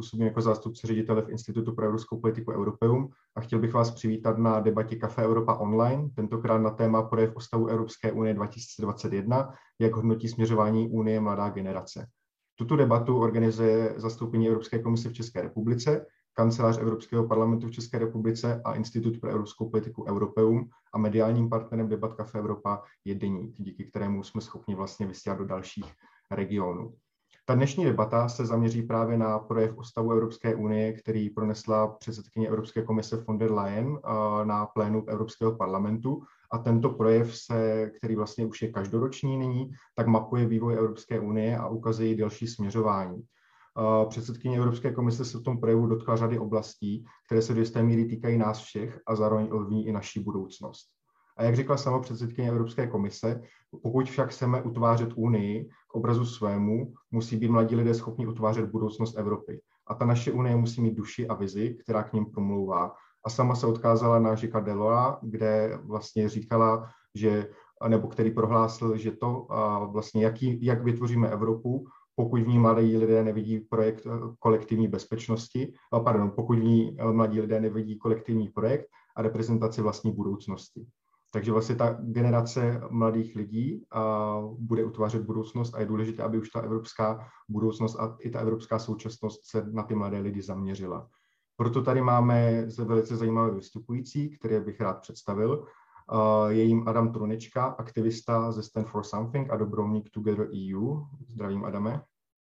působím jako zástupce ředitele v Institutu pro evropskou politiku Europeum a chtěl bych vás přivítat na debatě Café Evropa online, tentokrát na téma projev o stavu Evropské unie 2021, jak hodnotí směřování Unie mladá generace. Tuto debatu organizuje zastoupení Evropské komise v České republice, Kancelář Evropského parlamentu v České republice a Institut pro evropskou politiku Europeum a mediálním partnerem debat Café Evropa je Deník, díky kterému jsme schopni vlastně vysílat do dalších regionů. Ta dnešní debata se zaměří právě na projev o stavu Evropské unie, který pronesla předsedkyně Evropské komise von der Leyen na plénu Evropského parlamentu. A tento projev, který vlastně už je každoroční nyní, tak mapuje vývoj Evropské unie a ukazuje další směřování. Předsedkyně Evropské komise se v tom projevu dotkla řady oblastí, které se do jisté míry týkají nás všech a zároveň ovlivní i naší budoucnost. A jak řekla sama předsedkyně Evropské komise, pokud však chceme utvářet Unii k obrazu svému, musí být mladí lidé schopni utvářet budoucnost Evropy. A ta naše Unie musí mít duši a vizi, která k nim promlouvá. A sama se odkázala na Jacquesa Delorsa, kde vlastně říkala, nebo který prohlásil, že to vlastně jak vytvoříme Evropu, pokud v ní mladí lidé nevidí projekt kolektivní bezpečnosti, pokud v ní mladí lidé nevidí kolektivní projekt a reprezentaci vlastní budoucnosti. Takže vlastně ta generace mladých lidí bude utvářet budoucnost a je důležité, aby už ta evropská budoucnost a i ta evropská současnost se na ty mladé lidi zaměřila. Proto tady máme velice zajímavé vystupující, které bych rád představil. Je jim Adam Trunečka, aktivista ze Stand for Something a dobrovolník Together EU. Zdravím, Adame.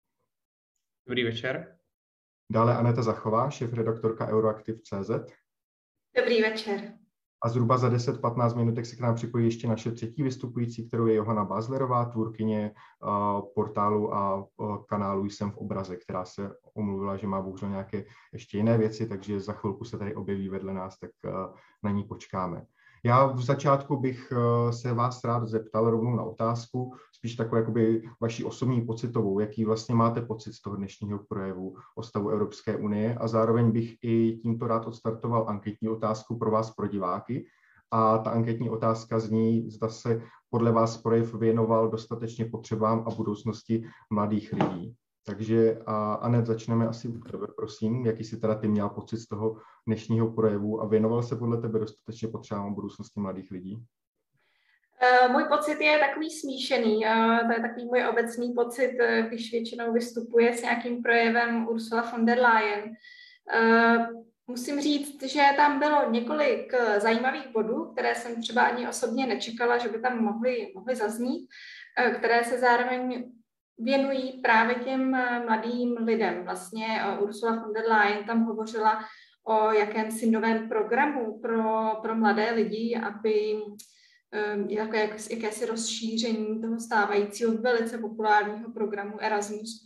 Dobrý večer. Dále Aneta Zachová, šéfredaktorka Euroactiv.cz. Dobrý večer. A zhruba za 10-15 minutek se k nám připojí ještě naše třetí vystupující, kterou je Johana Bázlerová, tvůrkyně portálu a kanálu Jsem v obraze, která se omluvila, že má bohužel nějaké ještě jiné věci, takže za chvilku se tady objeví vedle nás, tak na ní počkáme. Já v začátku bych se vás rád zeptal rovnou na otázku, spíš takovou jakoby vaší osobní pocitovou, jaký vlastně máte pocit z toho dnešního projevu o stavu Evropské unie a zároveň bych i tímto rád odstartoval anketní otázku pro vás, pro diváky. A ta anketní otázka zní, zda se podle vás projev věnoval dostatečně potřebám a budoucnosti mladých lidí. Takže Anet, začneme asi u tebe, prosím. Jaký jsi teda ty měl pocit z toho dnešního projevu a věnoval se podle tebe dostatečně potřebám budoucnosti mladých lidí? Můj pocit je takový smíšený. To je takový můj obecný pocit, když většinou vystupuje s nějakým projevem Ursula von der Leyen. Musím říct, že tam bylo několik zajímavých bodů, které jsem třeba ani osobně nečekala, že by tam mohly zaznít, které se zároveň věnují právě těm mladým lidem. Vlastně Ursula von der Leyen tam hovořila o jakémsi novém programu pro mladé lidi, aby jakési rozšíření toho stávajícího velice populárního programu Erasmus+.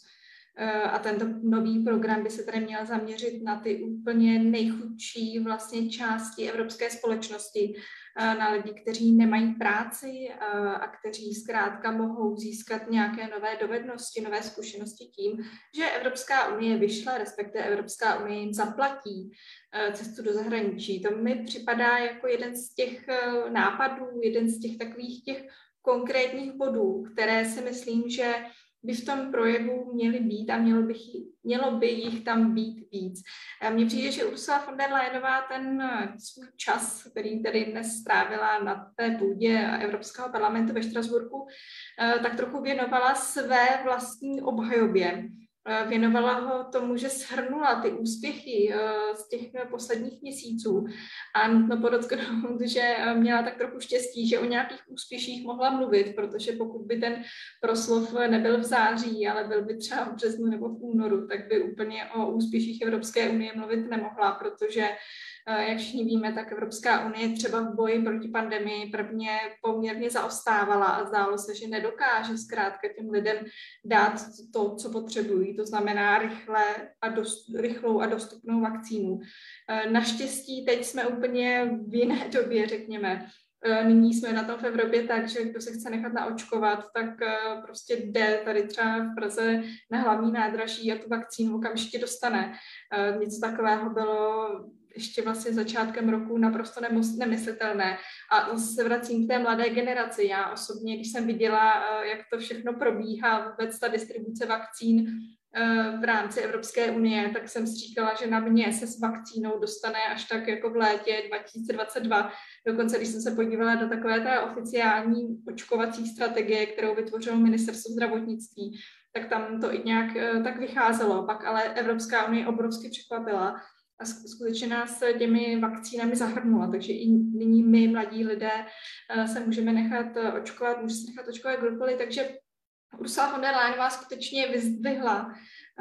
A tento nový program by se tedy měl zaměřit na ty úplně nejchudší vlastně části evropské společnosti, na lidi, kteří nemají práci a kteří zkrátka mohou získat nějaké nové dovednosti, nové zkušenosti tím, že Evropská unie vyšle, respektive Evropská unie jim zaplatí cestu do zahraničí. To mi připadá jako jeden z těch nápadů, jeden z těch takových těch konkrétních bodů, které si myslím, že by v tom projevu měly být a mělo by jich tam být víc. Mně přijde, že Ursula von der Leyenová ten svůj čas, který tady dnes strávila na té půdě Evropského parlamentu ve Štrasburku, tak trochu věnovala své vlastní obhajobě. Věnovala ho tomu, že shrnula ty úspěchy z těch posledních měsíců a nutno podotknout, že měla tak trochu štěstí, že o nějakých úspěších mohla mluvit, protože pokud by ten proslov nebyl v září, ale byl by třeba v březnu nebo v únoru, tak by úplně o úspěších Evropské unie mluvit nemohla, protože jak všichni víme, tak Evropská unie třeba v boji proti pandemii prvně poměrně zaostávala a zdálo se, že nedokáže zkrátka těm lidem dát to, co potřebují, to znamená rychlou a dostupnou vakcínu. Naštěstí teď jsme úplně v jiné době, řekněme. Nyní jsme na tom v Evropě tak, že kdo se chce nechat naočkovat, tak prostě jde tady třeba v Praze na hlavní nádraží a tu vakcínu okamžitě dostane. Něco takového bylo ještě vlastně začátkem roku naprosto nemyslitelné. A se vracím k té mladé generaci. Já osobně, když jsem viděla, jak to všechno probíhá, vůbec ta distribuce vakcín v rámci Evropské unie, tak jsem si říkala, že na mě se s vakcínou dostane až tak jako v létě 2022. Dokonce, když jsem se podívala do takové té oficiální očkovací strategie, kterou vytvořilo Ministerstvo zdravotnictví, tak tam to i nějak tak vycházelo. Pak ale Evropská unie obrovsky překvapila a skutečně nás těmi vakcínami zahrnula. Takže i nyní my, mladí lidé, se můžeme nechat očkovat, může se nechat očkovat kdokoliv, takže Ursula von der Leyenová skutečně vyzdvihla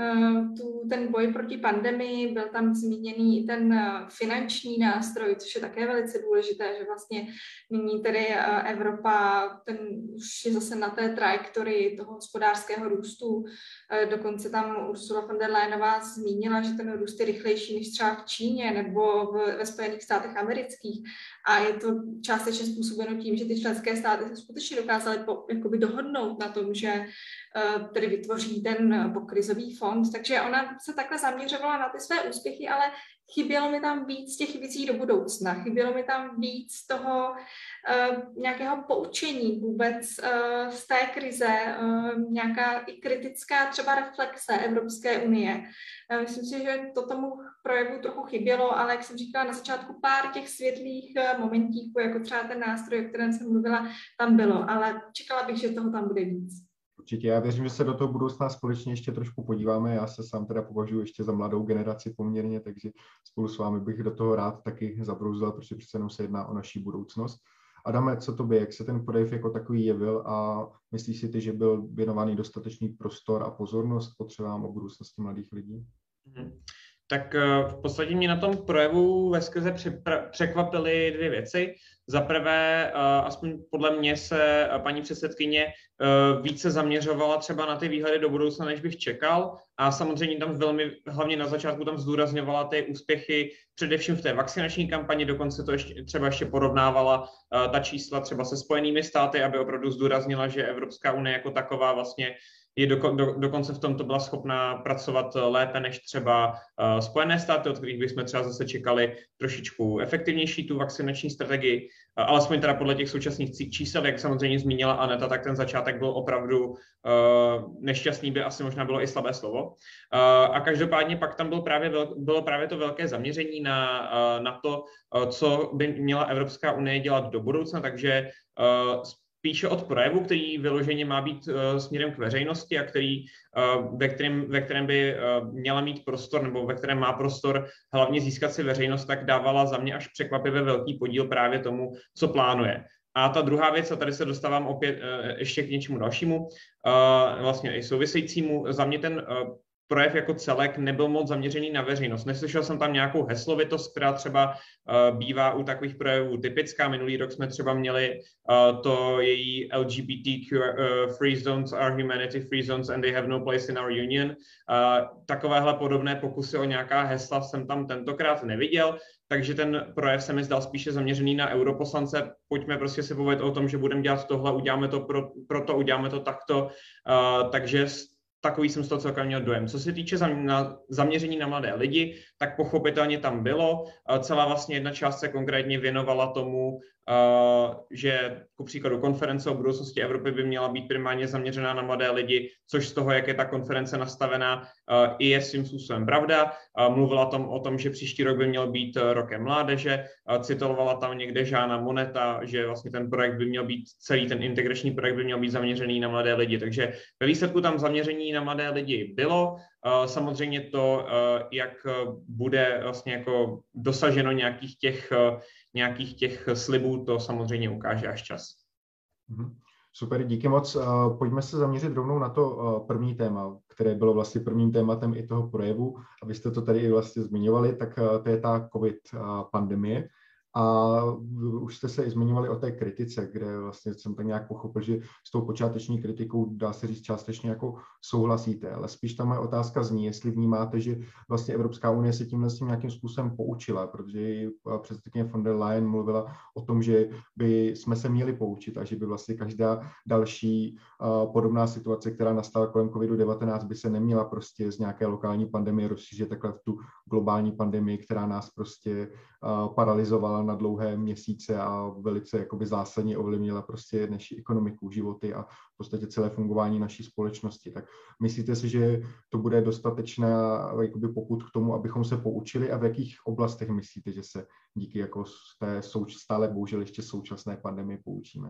ten boj proti pandemii, byl tam zmíněný ten finanční nástroj, což je také velice důležité, že vlastně nyní tedy Evropa už je zase na té trajektorii toho hospodářského růstu. Dokonce tam Ursula von der Leyenová zmínila, že ten růst je rychlejší než třeba v Číně nebo ve Spojených státech amerických. A je to částečně způsobeno tím, že ty členské státy se skutečně dokázaly dohodnout na tom, že tedy vytvoří ten pokrizový fond. Takže ona se takhle zaměřovala na ty své úspěchy, ale chybělo mi tam víc těch věcí do budoucna. Chybělo mi tam víc toho nějakého poučení vůbec z té krize, nějaká i kritická třeba reflexe Evropské unie. Myslím si, že to tomu projevu trochu chybělo, ale jak jsem říkala na začátku, pár těch světlých momentíků, jako třeba ten nástroj, o kterém jsem mluvila, tam bylo, ale čekala bych, že toho tam bude víc. Určitě, já věřím, že se do toho budoucna společně ještě trošku podíváme. Já se sám teda považuji ještě za mladou generaci poměrně, takže spolu s vámi bych do toho rád taky zabrouzil, protože přece jenom se jedná o naší budoucnost. Adame, co tobě, jak se ten projev jako takový jevil a myslíš si ty, že byl věnovaný dostatečný prostor a pozornost potřebám o budoucnosti mladých lidí? Tak v podstatě mě na tom projevu veskrze překvapily dvě věci. Za prvé, aspoň podle mě se paní předsedkyně více zaměřovala třeba na ty výhledy do budoucna, než bych čekal. A samozřejmě tam hlavně na začátku tam zdůrazňovala ty úspěchy především v té vakcinační kampani, dokonce to ještě porovnávala ta čísla třeba se Spojenými státy, aby opravdu zdůraznila, že Evropská unie jako taková vlastně je dokonce v tomto byla schopná pracovat lépe než třeba Spojené státy, od kterých bychom třeba zase čekali trošičku efektivnější tu vakcinační strategii, alespoň teda podle těch současných čísel, jak samozřejmě zmínila Aneta, tak ten začátek byl opravdu nešťastný, by asi možná bylo i slabé slovo. A každopádně pak tam bylo právě to velké zaměření na to, co by měla Evropská unie dělat do budoucna, takže píše od projevu, který vyloženě má být směrem k veřejnosti a ve kterém by měla mít prostor, nebo ve kterém má prostor hlavně získat si veřejnost, tak dávala za mě až překvapivě velký podíl právě tomu, co plánuje. A ta druhá věc, a tady se dostávám opět ještě k něčemu dalšímu, vlastně i souvisejícímu, za mě ten projev jako celek nebyl moc zaměřený na veřejnost. Neslyšel jsem tam nějakou heslovitost, která třeba bývá u takových projevů typická. Minulý rok jsme třeba měli to její LGBTQ free zones are humanity free zones and they have no place in our union. Takovéhle podobné pokusy o nějaká hesla jsem tam tentokrát neviděl, takže ten projev se mi zdal spíše zaměřený na europoslance. Pojďme prostě si povědět o tom, že budeme dělat tohle, uděláme to proto, uděláme to takto, takže takový jsem z toho celkem měl dojem. Co se týče zaměření na mladé lidi, tak pochopitelně tam bylo. Celá vlastně jedna část se konkrétně věnovala tomu, že ku příkladu konference o budoucnosti Evropy by měla být primárně zaměřená na mladé lidi, což z toho, jak je ta konference nastavená, i je svým způsobem pravda. Mluvila o tom, že příští rok by měl být rokem mládeže, citovala tam někde Jeana Monneta, že vlastně ten projekt by měl být, celý ten integrační projekt by měl být zaměřený na mladé lidi. Takže ve výsledku tam zaměření na mladé lidi bylo. Samozřejmě to, jak bude vlastně jako dosaženo nějakých těch slibů, to samozřejmě ukáže až čas. Super, díky moc. Pojďme se zaměřit rovnou na to první téma, které bylo vlastně prvním tématem i toho projevu. Abyste to tady i vlastně zmiňovali, tak to je ta COVID pandemie. A už jste se i zmiňovali o té kritice, kde vlastně jsem tak nějak pochopil, že s tou počáteční kritikou, dá se říct, částečně jako souhlasíte, ale spíš ta moje otázka zní, jestli vnímáte, že vlastně Evropská unie se tímhle s tím nějakým způsobem poučila, protože předsedkyně von der Leyen mluvila o tom, že by jsme se měli poučit a že by vlastně každá další podobná situace, která nastala kolem COVID-19, by se neměla prostě z nějaké lokální pandemie rozšířit takhle v tu globální pandemii, která nás prostě paralyzovala na dlouhé měsíce a velice jakoby zásadně ovlivnila prostě naši ekonomiku, životy a v podstatě celé fungování naší společnosti. Tak myslíte si, že to bude dostatečná jakoby popud k tomu, abychom se poučili, a v jakých oblastech myslíte, že se díky jako té stále bohužel ještě současné pandemii poučíme?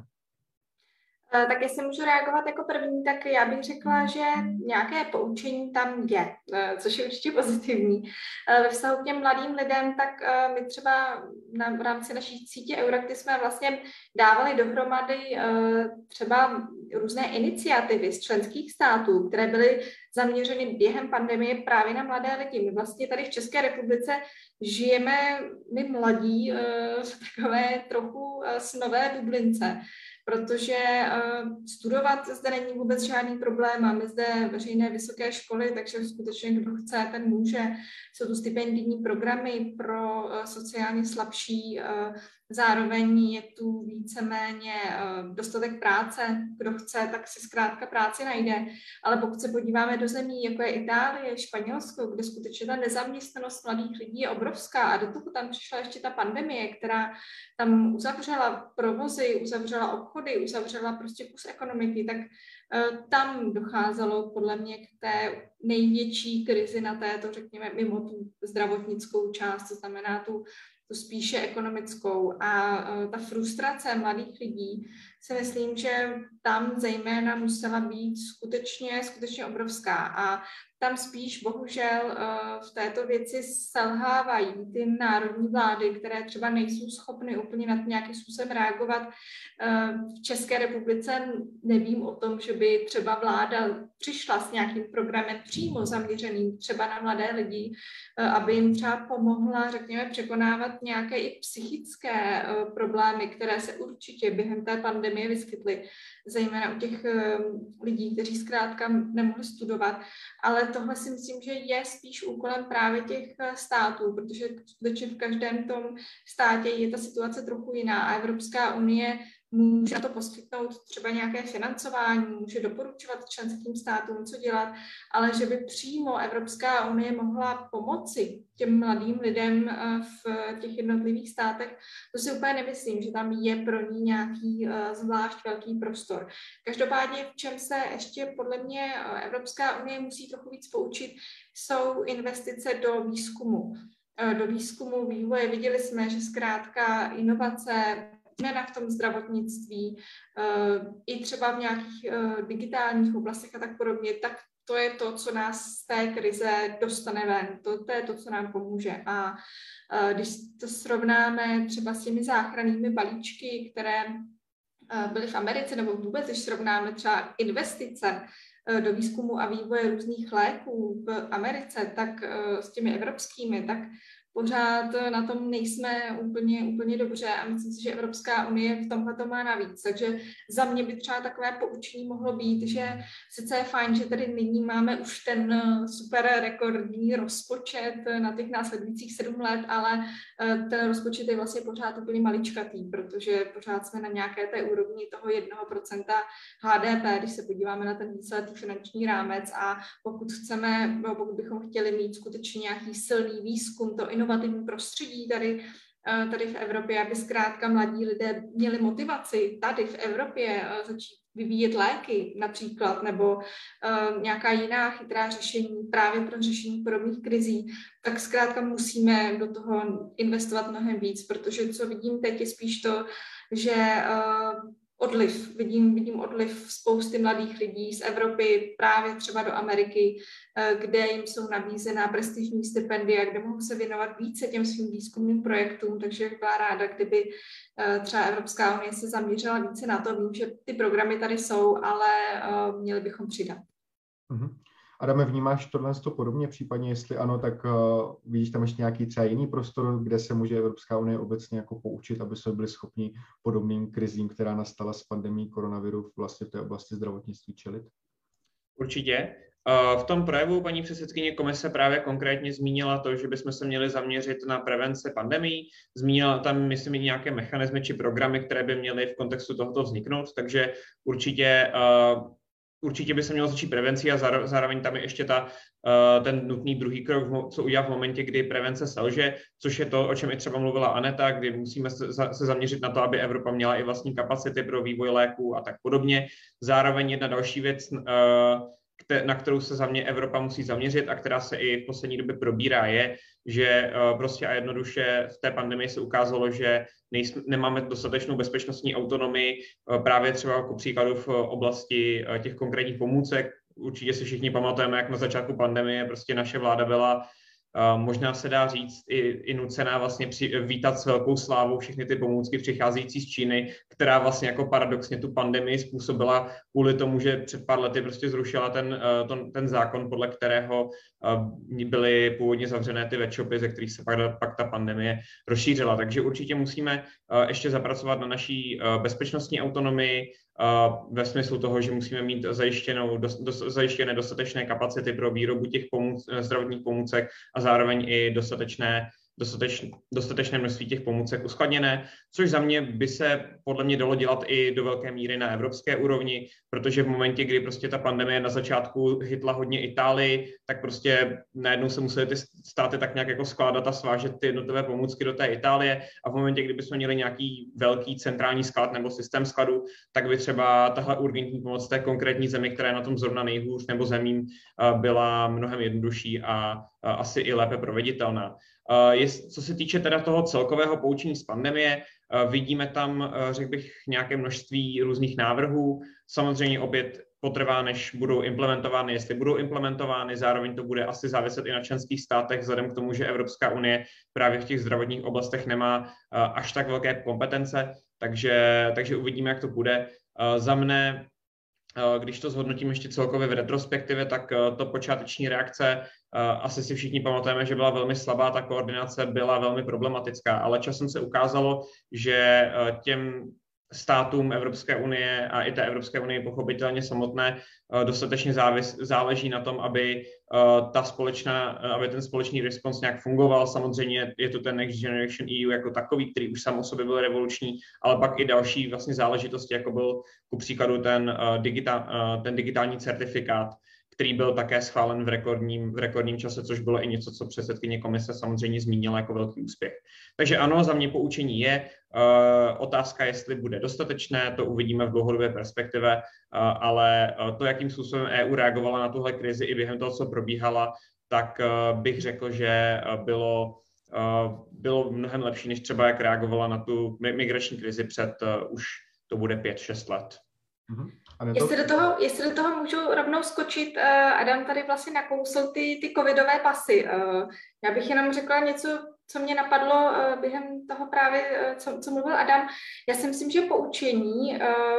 Tak jestli můžu reagovat jako první, tak já bych řekla, že nějaké poučení tam je, což je určitě pozitivní. Ve vztahu k těm mladým lidem, tak my třeba v rámci naší sítě Euraktiv jsme vlastně dávali dohromady třeba různé iniciativy z členských států, které byly zaměřeny během pandemie právě na mladé lidi. My vlastně tady v České republice žijeme, my mladí, v takové trochu snové bublince, protože studovat zde není vůbec žádný problém. Máme zde veřejné vysoké školy, takže skutečně kdo chce, ten může. Jsou tu stipendijní programy pro sociálně slabší, zároveň je tu víceméně dostatek práce. Kdo chce, tak si zkrátka práci najde. Ale pokud se podíváme do zemí, jako je Itálie, Španělsko, kde skutečně ta nezaměstnanost mladých lidí je obrovská a do toho tam přišla ještě ta pandemie, která tam uzavřela provozy, uzavřela obchody, uzavřela prostě kus ekonomiky, tak tam docházelo podle mě k té největší krizi na této, řekněme, mimo tu zdravotnickou část, to znamená tu spíše ekonomickou. A ta frustrace mladých lidí si myslím, že tam zejména musela být skutečně obrovská. A tam spíš bohužel v této věci selhávají ty národní vlády, které třeba nejsou schopny úplně na nějakým způsobem reagovat. V České republice nevím o tom, že by třeba vláda přišla s nějakým programem přímo zaměřeným třeba na mladé lidi, aby jim třeba pomohla, řekněme, překonávat nějaké i psychické problémy, které se určitě během té pandemie vyskytly, zejména u těch lidí, kteří zkrátka nemohli studovat. Ale tohle si myslím, že je spíš úkolem právě těch států, protože skutečně v každém tom státě je ta situace trochu jiná a Evropská unie může na to poskytnout třeba nějaké financování, může doporučovat členským státům, co dělat, ale že by přímo Evropská unie mohla pomoci těm mladým lidem v těch jednotlivých státech, to si úplně nemyslím, že tam je pro ní nějaký zvlášť velký prostor. Každopádně, v čem se ještě podle mě Evropská unie musí trochu víc poučit, jsou investice do výzkumu, vývoje. Viděli jsme, že zkrátka inovace, změna v tom zdravotnictví, i třeba v nějakých digitálních oblastech a tak podobně, tak to je to, co nás z té krize dostane ven. To je to, co nám pomůže. A když to srovnáme třeba s těmi záchrannými balíčky, které byly v Americe, nebo vůbec, když srovnáme třeba investice do výzkumu a vývoje různých léků v Americe, tak s těmi evropskými, tak pořád na tom nejsme úplně dobře a myslím si, že Evropská unie v tomhle to má navíc. Takže za mě by třeba takové poučení mohlo být, že sice je fajn, že tady nyní máme už ten super rekordní rozpočet na těch následujících 7 let, ale ten rozpočet je vlastně pořád úplně maličkatý, protože pořád jsme na nějaké té úrovni toho 1% HDP, když se podíváme na ten víceletý finanční rámec a pokud bychom chtěli mít skutečně nějaký silný výzkum, to inovativní prostředí tady v Evropě, aby zkrátka mladí lidé měli motivaci tady v Evropě začít vyvíjet léky například, nebo nějaká jiná chytrá řešení právě pro řešení podobných krizí, tak zkrátka musíme do toho investovat mnohem víc, protože co vidím teď je spíš to, že vidím odliv spousty mladých lidí z Evropy právě třeba do Ameriky, kde jim jsou nabízená prestižní stipendia, kde mohou se věnovat více těm svým výzkumným projektům, takže bych byla ráda, kdyby třeba Evropská unie se zaměřila více na to. Vím, že ty programy tady jsou, ale měli bychom přidat. Adame, vnímáš tohle podobně, případně jestli ano, tak vidíš tam ještě nějaký třeba jiný prostor, kde se může Evropská unie obecně jako poučit, aby jsme byli schopni podobným krizím, která nastala s pandemií koronaviru vlastně v té oblasti zdravotnictví čelit? Určitě. V tom projevu paní předsedkyně komise právě konkrétně zmínila to, že bychom se měli zaměřit na prevence pandemií. Zmínila tam, myslím, i nějaké mechanismy či programy, které by měly v kontextu tohoto vzniknout, takže určitě určitě by se mělo začít prevencí a zároveň tam je ještě ten nutný druhý krok, co udělat v momentě, kdy prevence selže, což je to, o čem i třeba mluvila Aneta, kdy musíme se zaměřit na to, aby Evropa měla i vlastní kapacity pro vývoj léků a tak podobně. Zároveň jedna další věc, na kterou se za mě Evropa musí zaměřit a která se i v poslední době probírá, je, že prostě a jednoduše v té pandemii se ukázalo, že nemáme dostatečnou bezpečnostní autonomii právě třeba jako příkladu v oblasti těch konkrétních pomůcek. Určitě si všichni pamatujeme, jak na začátku pandemie prostě naše vláda byla možná se dá říct i nucená vlastně vítat s velkou slávou všechny ty pomůcky přicházející z Číny, která vlastně jako paradoxně tu pandemii způsobila kvůli tomu, že před pár lety prostě zrušila ten zákon, podle kterého byly původně zavřené ty webshopy, ze kterých se pak ta pandemie rozšířila. Takže určitě musíme ještě zapracovat na naší bezpečnostní autonomii, ve smyslu toho, že musíme mít zajištěné dostatečné kapacity pro výrobu těch zdravotních pomůcek a zároveň i dostatečné množství těch pomůcek uskladněné, což za mě by se podle mě dalo dělat i do velké míry na evropské úrovni, protože v momentě, kdy prostě ta pandemie na začátku hitla hodně Itálii, tak prostě najednou se musely ty státy tak nějak jako skládat a svážet ty jednotlivé pomůcky do té Itálie a v momentě, kdy bychom měli nějaký velký centrální sklad nebo systém skladu, tak by třeba tahle urgentní pomoc té konkrétní zemi, která je na tom zrovna nejhůř, nebo zemím, byla mnohem jednodušší a asi i lépe proveditelná. Co se týče teda toho celkového poučení z pandemie, vidíme tam, řekl bych, nějaké množství různých návrhů. Samozřejmě opět potrvá, než budou implementovány, jestli budou implementovány, zároveň to bude asi záviset i na členských státech, vzhledem k tomu, že Evropská unie právě v těch zdravotních oblastech nemá až tak velké kompetence, takže uvidíme, jak to bude. Za mne, když to zhodnotím ještě celkově v retrospektivě, tak to počáteční reakce, asi si všichni pamatujeme, že byla velmi slabá, ta koordinace byla velmi problematická, ale časem se ukázalo, že těm státům Evropské unie a i té Evropské unie pochopitelně samotné dostatečně záleží na tom, aby ten společný response nějak fungoval. Samozřejmě je to ten Next Generation EU jako takový, který už sám o sobě byl revoluční, ale pak i další vlastně záležitosti, jako byl ku příkladu ten digitální certifikát, který byl také schválen v rekordním čase, což bylo i něco, co předsedkyně komise samozřejmě zmínila jako velký úspěch. Takže ano, za mě poučení je. Otázka, jestli bude dostatečné, to uvidíme v dlouhodobé perspektivě, ale to, jakým způsobem EU reagovala na tuhle krizi i během toho, co probíhala, tak bych řekl, že bylo mnohem lepší, než třeba jak reagovala na tu migrační krizi před už to bude 5-6 let. Jestli do toho můžu rovnou skočit, Adam tady vlastně nakousl ty covidové pasy. Já bych jenom řekla něco, co mě napadlo během toho právě, co mluvil Adam. Já si myslím, že poučení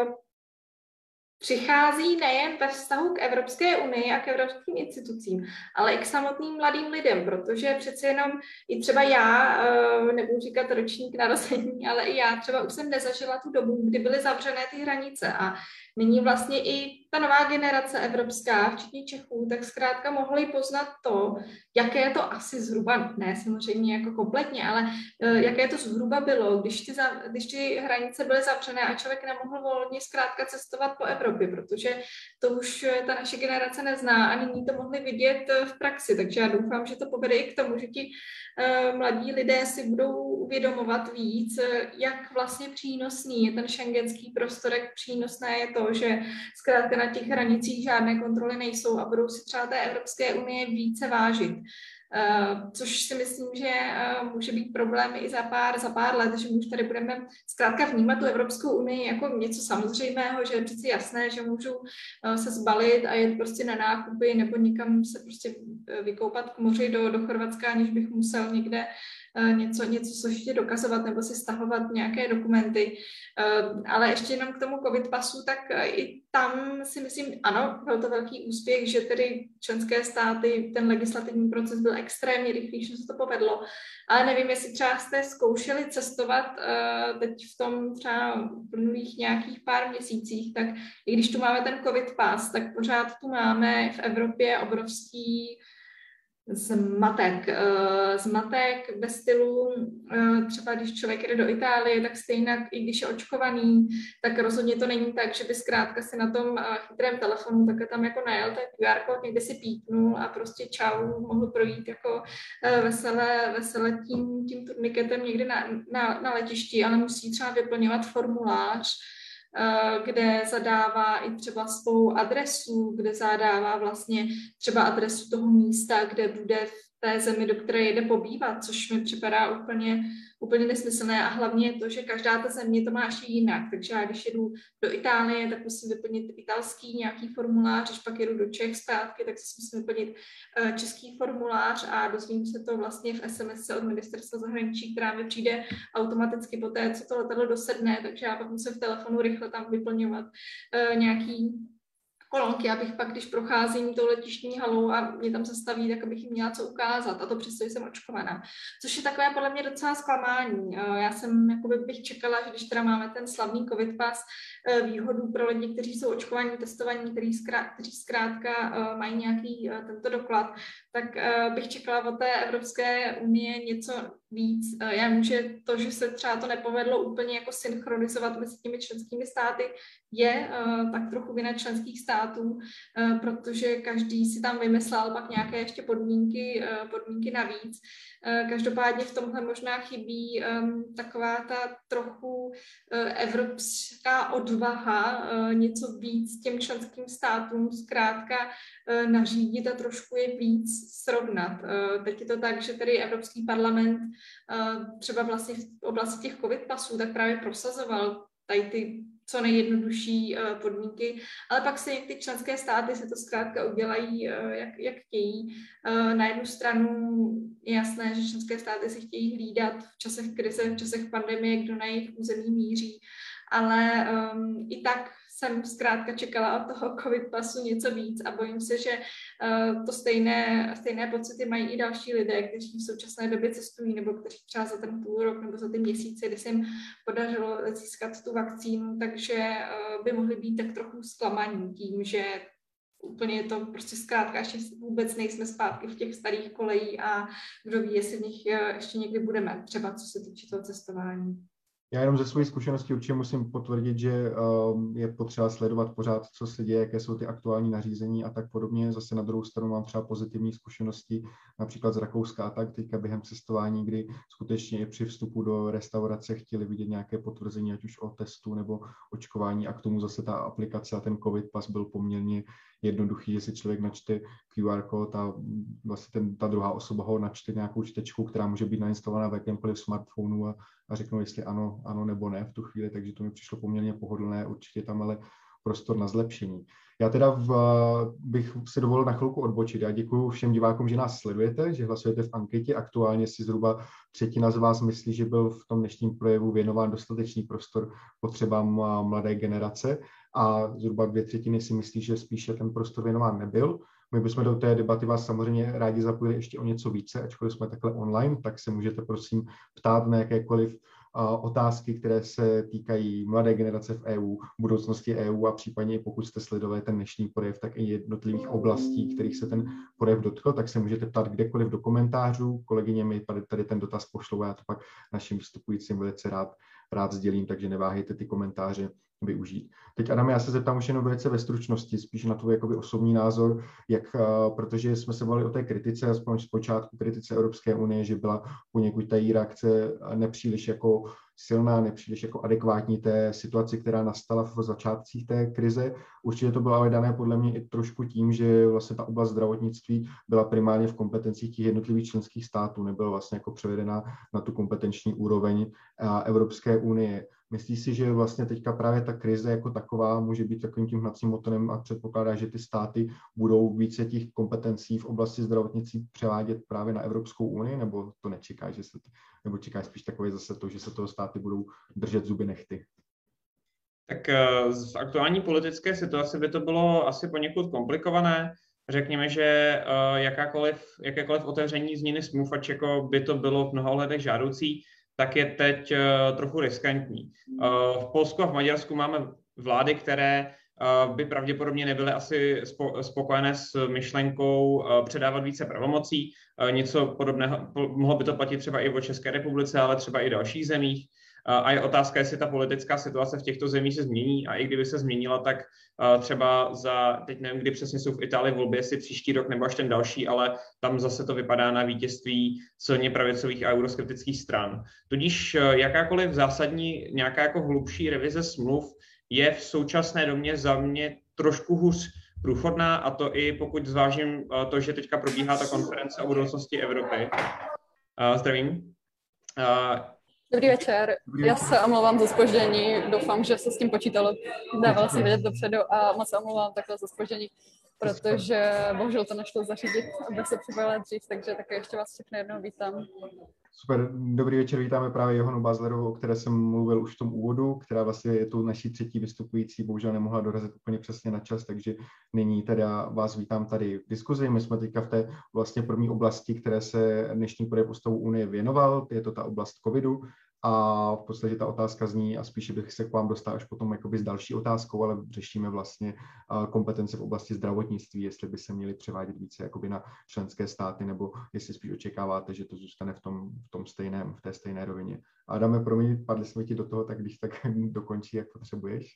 přichází nejen ve vztahu k Evropské unii a k evropským institucím, ale i k samotným mladým lidem, protože přece jenom i třeba já, nebudu říkat ročník narození, ale i já třeba už jsem nezažila tu dobu, kdy byly zavřené ty hranice a nyní vlastně i ta nová generace evropská, včetně Čechů, tak zkrátka mohli poznat to, jaké to asi zhruba, ne samozřejmě jako kompletně, ale jaké to zhruba bylo, když ty hranice byly zavřené a člověk nemohl volně zkrátka cestovat po Evropě, protože to už ta naše generace nezná a nyní to mohli vidět v praxi, takže já doufám, že to povede i k tomu, že ti mladí lidé si budou uvědomovat víc, jak vlastně přínosný je ten schengenský prostor, jak přínosné je to, že zkrátka na těch hranicích žádné kontroly nejsou a budou si třeba té Evropské unie více vážit. Což si myslím, že může být problém i za pár let, že už tady budeme zkrátka vnímat tu Evropskou unii jako něco samozřejmého, že je přeci jasné, že můžu se zbalit a jet prostě na nákupy nebo někam se prostě vykoupat k moři do Chorvatska, aniž bych musel někde něco složitě dokazovat nebo si stahovat nějaké dokumenty. Ale ještě jenom k tomu covid pasu, tak i tam si myslím, ano, byl to velký úspěch, že tedy členské státy, ten legislativní proces byl extrémně rychlý, že se to povedlo. Ale nevím, jestli třeba jste zkoušeli cestovat teď v tom třeba plnulých nějakých pár měsících, tak i když tu máme ten covid pas, tak pořád tu máme v Evropě obrovský Zmatek ve stylu, třeba když člověk jde do Itálie, tak stejně, i když je očkovaný, tak rozhodně to není tak, že by zkrátka si na tom chytrém telefonu takhle tam jako najel ten QR kód, někde si pípnul a prostě čau, mohl projít jako vesele tím turniketem někde na letišti, ale musí třeba vyplňovat formulář, kde zadává i třeba svou adresu, kde zadává vlastně třeba adresu toho místa, kde bude v té zemi, do které jede pobývat, což mi připadá úplně nesmyslné a hlavně to, že každá ta země to má ještě jinak, takže já když jedu do Itálie, tak musím vyplnit italský nějaký formulář, když pak jedu do Čech zpátky, tak si musím vyplnit český formulář a dozvím se to vlastně v SMS od ministerstva zahraničí, která mi přijde automaticky po té, co to letadlo dosedne, takže já pak musím v telefonu rychle tam vyplňovat nějaký kolonky, abych pak, když procházím tou letištní halou a mě tam zastaví, tak abych jim měla co ukázat, a to přesto jsem očkovaná. Což je takové podle mě docela zklamání. Já jsem bych čekala, že když teda máme ten slavný covid pas, výhodu pro lidi, kteří jsou očkovaní, testovaní, kteří zkrátka mají nějaký tento doklad, tak bych čekala od té Evropské unie něco víc. Já vím, že to, že se třeba to nepovedlo úplně jako synchronizovat mezi těmi členskými státy, je tak trochu vina členských států, protože každý si tam vymyslel pak nějaké ještě podmínky navíc. Každopádně v tomhle možná chybí taková ta trochu evropská odvaha něco víc těm členským státům zkrátka nařídit a trošku je víc srovnat. Teď je to tak, že tady Evropský parlament třeba vlastně v oblasti těch covid pasů tak právě prosazoval tady ty co nejjednodušší podmínky, ale pak se ty členské státy se to zkrátka udělají, jak chtějí. Na jednu stranu je jasné, že členské státy si chtějí hlídat v časech krize, v časech pandemie, kdo na jejich území míří, ale i tak jsem zkrátka čekala od toho covid pasu něco víc a bojím se, že to stejné pocity mají i další lidé, kteří v současné době cestují nebo kteří třeba za ten půl rok nebo za ty měsíce, kdy se jim podařilo získat tu vakcínu, takže by mohli být tak trochu zklamaní tím, že úplně to prostě zkrátka ještě vůbec nejsme zpátky v těch starých kolejích a kdo ví, jestli v nich ještě někdy budeme, třeba co se týče toho cestování. Já jenom ze své zkušenosti určitě musím potvrdit, že je potřeba sledovat pořád, co se děje, jaké jsou ty aktuální nařízení a tak podobně. Zase na druhou stranu mám třeba pozitivní zkušenosti, například z Rakouska a tak teďka během cestování, kdy skutečně i při vstupu do restaurace chtěli vidět nějaké potvrzení, ať už o testu nebo očkování, a k tomu zase ta aplikace a ten covid pas byl poměrně jednoduchý, jestli člověk načte QR kód a vlastně ta druhá osoba ho načte nějakou čtečkou, která může být nainstalovaná v jakémkoliv smartphonu a řeknou, jestli ano nebo ne v tu chvíli, takže to mi přišlo poměrně pohodlné, určitě tam ale prostor na zlepšení. Já teda bych si dovolil na chvilku odbočit. Já děkuji všem divákům, že nás sledujete, že hlasujete v anketě. Aktuálně si zhruba třetina z vás myslí, že byl v tom dnešním projevu věnován dostatečný prostor potřebám mladé generace a zhruba 2/3 si myslí, že spíše ten prostor věnován nebyl. My bychom do té debaty vás samozřejmě rádi zapojili ještě o něco více, ačkoliv jsme takhle online, tak se můžete prosím ptát na jakékoliv otázky, které se týkají mladé generace v EU, budoucnosti EU a případně pokud jste sledovali ten dnešní projev, tak i jednotlivých oblastí, kterých se ten projev dotkl, tak se můžete ptát kdekoliv do komentářů. Kolegyně mi tady ten dotaz pošlou, já to pak našim vystupujícím velice rád sdělím, takže neváhejte ty komentáře využít. Teď, Adam, já se zeptám už jenom velice ve stručnosti, spíš na tvůj jakoby osobní názor, protože jsme se bavili o té kritice, aspoň zpočátku kritice Evropské unie, že byla poněkud ta její reakce nepříliš jako silná, nepříliš jako adekvátní té situaci, která nastala v začátcích té krize. Určitě to bylo ale dané podle mě i trošku tím, že vlastně ta oblast zdravotnictví byla primárně v kompetencích těch jednotlivých členských států, nebyla vlastně jako převedena na tu kompetenční úroveň Evropské unie. Myslíš si, že vlastně teďka právě ta krize jako taková může být takovým tím hnacím motorem a předpokládá, že ty státy budou více těch kompetencí v oblasti zdravotnictví převádět právě na Evropskou unii, nebo to nečekáš, nebo čekáš spíš takové zase to, že se toho státy budou držet zuby nehty? Tak v aktuální politické situaci by to bylo asi poněkud komplikované. Řekněme, že jakékoliv otevření změny smluv, ač jako by to bylo v mnoha ohledech žádoucí, tak je teď trochu riskantní. V Polsku a v Maďarsku máme vlády, které by pravděpodobně nebyly asi spokojené s myšlenkou předávat více pravomocí. Něco podobného, mohlo by to platit třeba i o České republice, ale třeba i dalších zemích. A je otázka, jestli ta politická situace v těchto zemích se změní a i kdyby se změnila, tak třeba teď nevím, kdy přesně jsou v Itálii volby, jestli příští rok nebo až ten další, ale tam zase to vypadá na vítězství silně pravicových a euroskeptických stran. Tudíž jakákoliv zásadní, nějaká jako hlubší revize smluv je v současné době za mě trošku hůř průchodná, a to i pokud zvážím to, že teďka probíhá ta konference o budoucnosti Evropy. Zdravím. Dobrý večer. Já se omlouvám za zpoždění, doufám, že se s tím počítalo. Dával jsem vědět dopředu a moc se omlouvám takhle za zpoždění, protože bohužel to nešlo zařídit, abych se připojila dřív, takže také ještě vás všechny jednou vítám. Super, dobrý večer, vítáme právě Johanu Bázlerovou, o které jsem mluvil už v tom úvodu, která vlastně je tu naší třetí vystupující, bohužel nemohla dorazit úplně přesně na čas, takže nyní teda vás vítám tady v diskuzi. My jsme teďka v té vlastně první oblasti, které se dnešní projev o stavu Unie věnoval, je to ta oblast covidu. A v podstatě ta otázka zní, a spíše bych se k vám dostal až potom jakoby s další otázkou, ale řešíme vlastně kompetence v oblasti zdravotnictví, jestli by se měly převádět více jakoby na členské státy, nebo jestli spíš očekáváte, že to zůstane v té stejné rovině. Adame, promiň, padli jsme ti do toho, tak když tak dokončí, jak potřebuješ.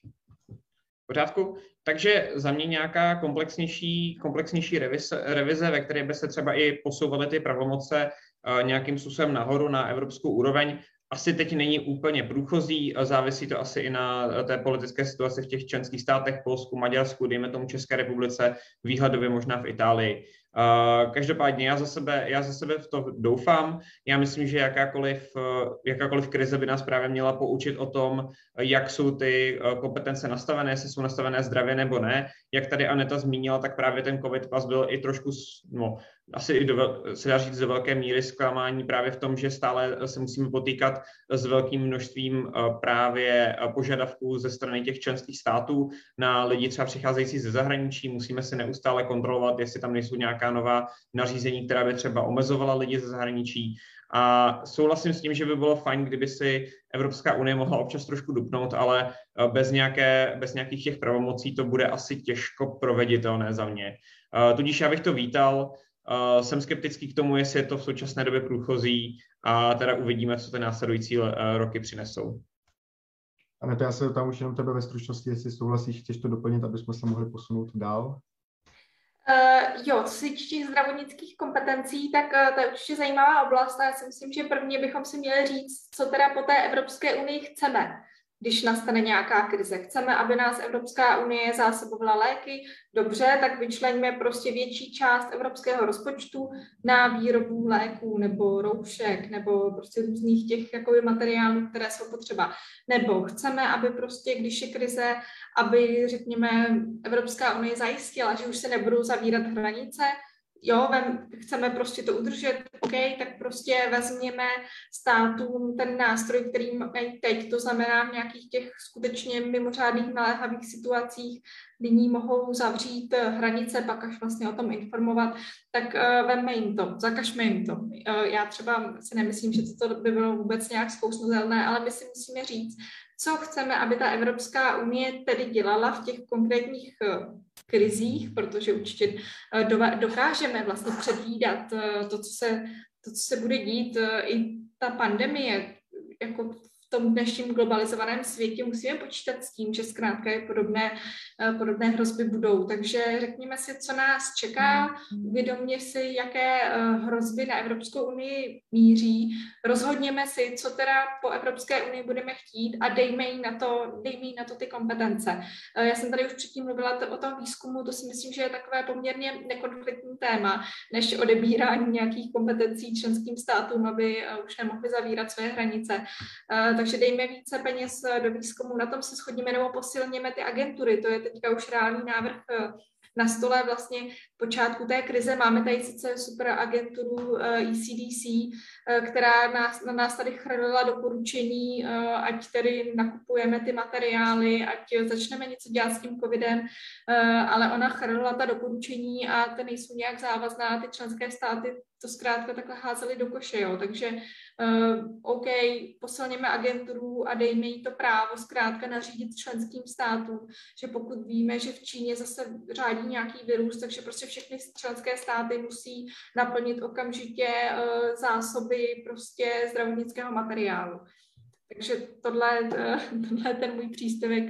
V pořádku. Takže za mě nějaká komplexnější revize, ve které by se třeba i posouvaly ty pravomoce nějakým způsobem nahoru na evropskou úroveň, asi teď není úplně průchozí, závisí to asi i na té politické situaci v těch členských státech, Polsku, Maďarsku, dejme tomu České republice, výhledově možná v Itálii. Každopádně já za sebe v to doufám. Já myslím, že jakákoliv krize by nás právě měla poučit o tom, jak jsou ty kompetence nastavené, jestli jsou nastavené zdravě nebo ne. Jak tady Aneta zmínila, tak právě ten COVID pas byl i trošku, asi i se dá říct do velké míry zklamání právě v tom, že stále se musíme potýkat s velkým množstvím právě požadavků ze strany těch členských států na lidi třeba přicházející ze zahraničí. Musíme si neustále kontrolovat, jestli tam nejsou nějaká nová nařízení, která by třeba omezovala lidi ze zahraničí. A souhlasím s tím, že by bylo fajn, kdyby si Evropská unie mohla občas trošku dupnout, ale bez nějakých těch pravomocí to bude asi těžko proveditelné za mě. Tudíž já bych to vítal. Jsem skeptický k tomu, jestli je to v současné době průchozí, a teda uvidíme, co ty následující roky přinesou. Aneto, já se tam už jenom tebe ve stručnosti, jestli souhlasíš, chceš to doplnit, aby jsme se mohli posunout dál? Jo, co se týče těch zdravotnických kompetencí, tak to je určitě zajímavá oblast a já si myslím, že prvně bychom si měli říct, co teda po té Evropské unii chceme, když nastane nějaká krize. Chceme, aby nás Evropská unie zásobovala léky, dobře, tak vyčleňme prostě větší část evropského rozpočtu na výrobu léků nebo roušek nebo prostě různých těch jakoby materiálů, které jsou potřeba. Nebo chceme, aby prostě, když je krize, aby, řekněme, Evropská unie zajistila, že už se nebudou zavírat hranice. Jo, chceme prostě to udržet, OK, tak prostě vezměme státům ten nástroj, který mají teď, to znamená v nějakých těch skutečně mimořádných naléhavých situacích, nyní mohou zavřít hranice, pak až vlastně o tom informovat, tak vemme jim to, zakažme jim to. Já třeba si nemyslím, že to by bylo vůbec nějak zkousnutelné, ale my si musíme říct, co chceme, aby ta Evropská unie tedy dělala v těch konkrétních krizích, protože určitě dokážeme vlastně předvídat to, co se bude dít. I ta pandemie, jako v tom dnešním globalizovaném světě musíme počítat s tím, že zkrátka je podobné hrozby budou. Takže řekněme si, co nás čeká, uvědomme si, jaké hrozby na Evropskou unii míří, rozhodněme si, co teda po Evropské unii budeme chtít a dejme jí na to ty kompetence. Já jsem tady už předtím mluvila o tom výzkumu, to si myslím, že je takové poměrně nekonfliktní téma, než odebírání nějakých kompetencí členským státům, aby už nemohli zavírat své hranice. Takže dejme více peněz do výzkumu, na tom se shodněme nebo posilněme ty agentury, to je teďka už reálný návrh na stole vlastně v počátku té krize. Máme tady sice super agenturu ECDC, která na nás tady chrlila doporučení, ať tedy nakupujeme ty materiály, ať začneme něco dělat s tím covidem, ale ona chrlila ta doporučení a ty nejsou nějak závazná, ty členské státy to zkrátka takhle házeli do koše, jo. Takže OK, posilněme agenturu a dejme jí to právo zkrátka nařídit členským státům, že pokud víme, že v Číně zase řádí nějaký virus, takže prostě všechny členské státy musí naplnit okamžitě zásoby prostě zdravotnického materiálu. Takže tohle je ten můj příspěvek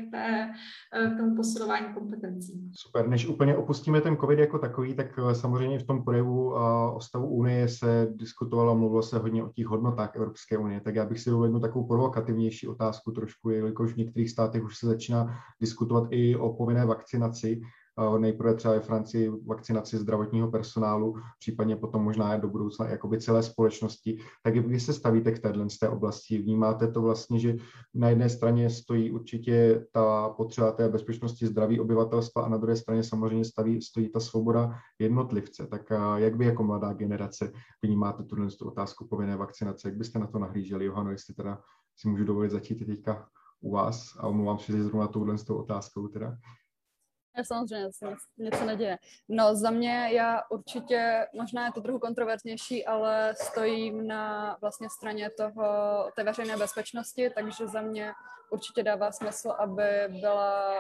k tomu posilování kompetencí. Super, než úplně opustíme ten COVID jako takový, tak samozřejmě v tom projevu o stavu Unie se diskutovalo, mluvilo se hodně o těch hodnotách Evropské unie, tak já bych si dovolil jednu takovou provokativnější otázku trošku, jelikož v některých státech už se začíná diskutovat i o povinné vakcinaci. Nejprve třeba ve Francii vakcinaci zdravotního personálu, případně potom možná do budoucna jakoby celé společnosti. Tak jak vy se stavíte k té oblasti? Vnímáte to vlastně, že na jedné straně stojí určitě ta potřeba té bezpečnosti zdraví obyvatelstva a na druhé straně samozřejmě stojí ta svoboda jednotlivce. Tak jak vy jako mladá generace vnímáte tu otázku povinné vakcinace? Jak byste na to nahlíželi, Johano, jestli teda si můžu dovolit začít teďka u vás a omlouvám se, že zrovna touhle s tou otázkou teda. Samozřejmě, něco neděje. No za mě, já určitě, možná je to trochu kontroverznější, ale stojím na vlastně straně té veřejné bezpečnosti, takže za mě určitě dává smysl, aby byla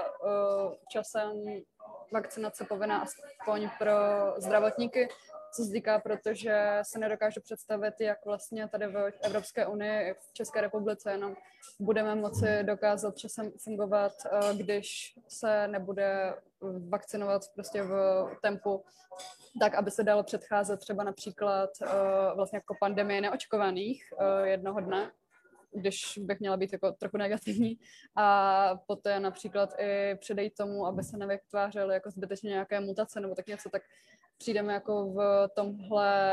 časem vakcinace povinná aspoň pro zdravotníky, co se týká, protože se nedokážu představit, jak vlastně tady v Evropské unii, v České republice jenom budeme moci dokázat časem fungovat, když se nebude vakcinovat prostě v tempu, tak, aby se dalo předcházet třeba například vlastně jako pandemie neočkovaných jednoho dne, když bych měla být jako trochu negativní, a poté například i předejít tomu, aby se nevytvářely jako zbytečně nějaké mutace nebo tak něco, tak přijdeme jako v tomhle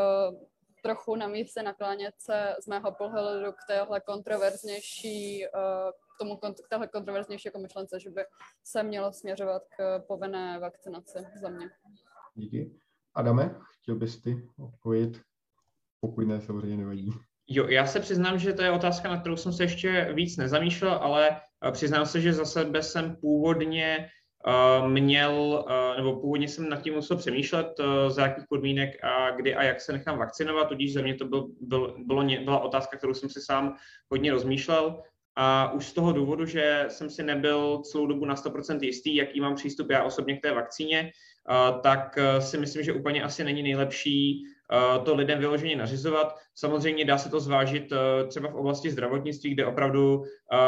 trochu na místě naklánět se z mého pohledu k téhle kontroverznější, k téhle kontroverznější jako myšlence, že by se mělo směřovat k povinné vakcinaci za mě. Díky. Adame, chtěl bys ty odpovědět? Pokud ne, samozřejmě nevadí. Jo, já se přiznám, že to je otázka, na kterou jsem se ještě víc nezamýšlel, ale přiznám se, že za sebe jsem původně původně jsem nad tím musel přemýšlet, za jakých podmínek a kdy a jak se nechám vakcinovat, tudíž za mě to byla otázka, kterou jsem si sám hodně rozmýšlel. A už z toho důvodu, že jsem si nebyl celou dobu na 100% jistý, jaký mám přístup já osobně k té vakcíně, tak si myslím, že úplně asi není nejlepší to lidem vyloženě nařizovat. Samozřejmě dá se to zvážit třeba v oblasti zdravotnictví, kde opravdu,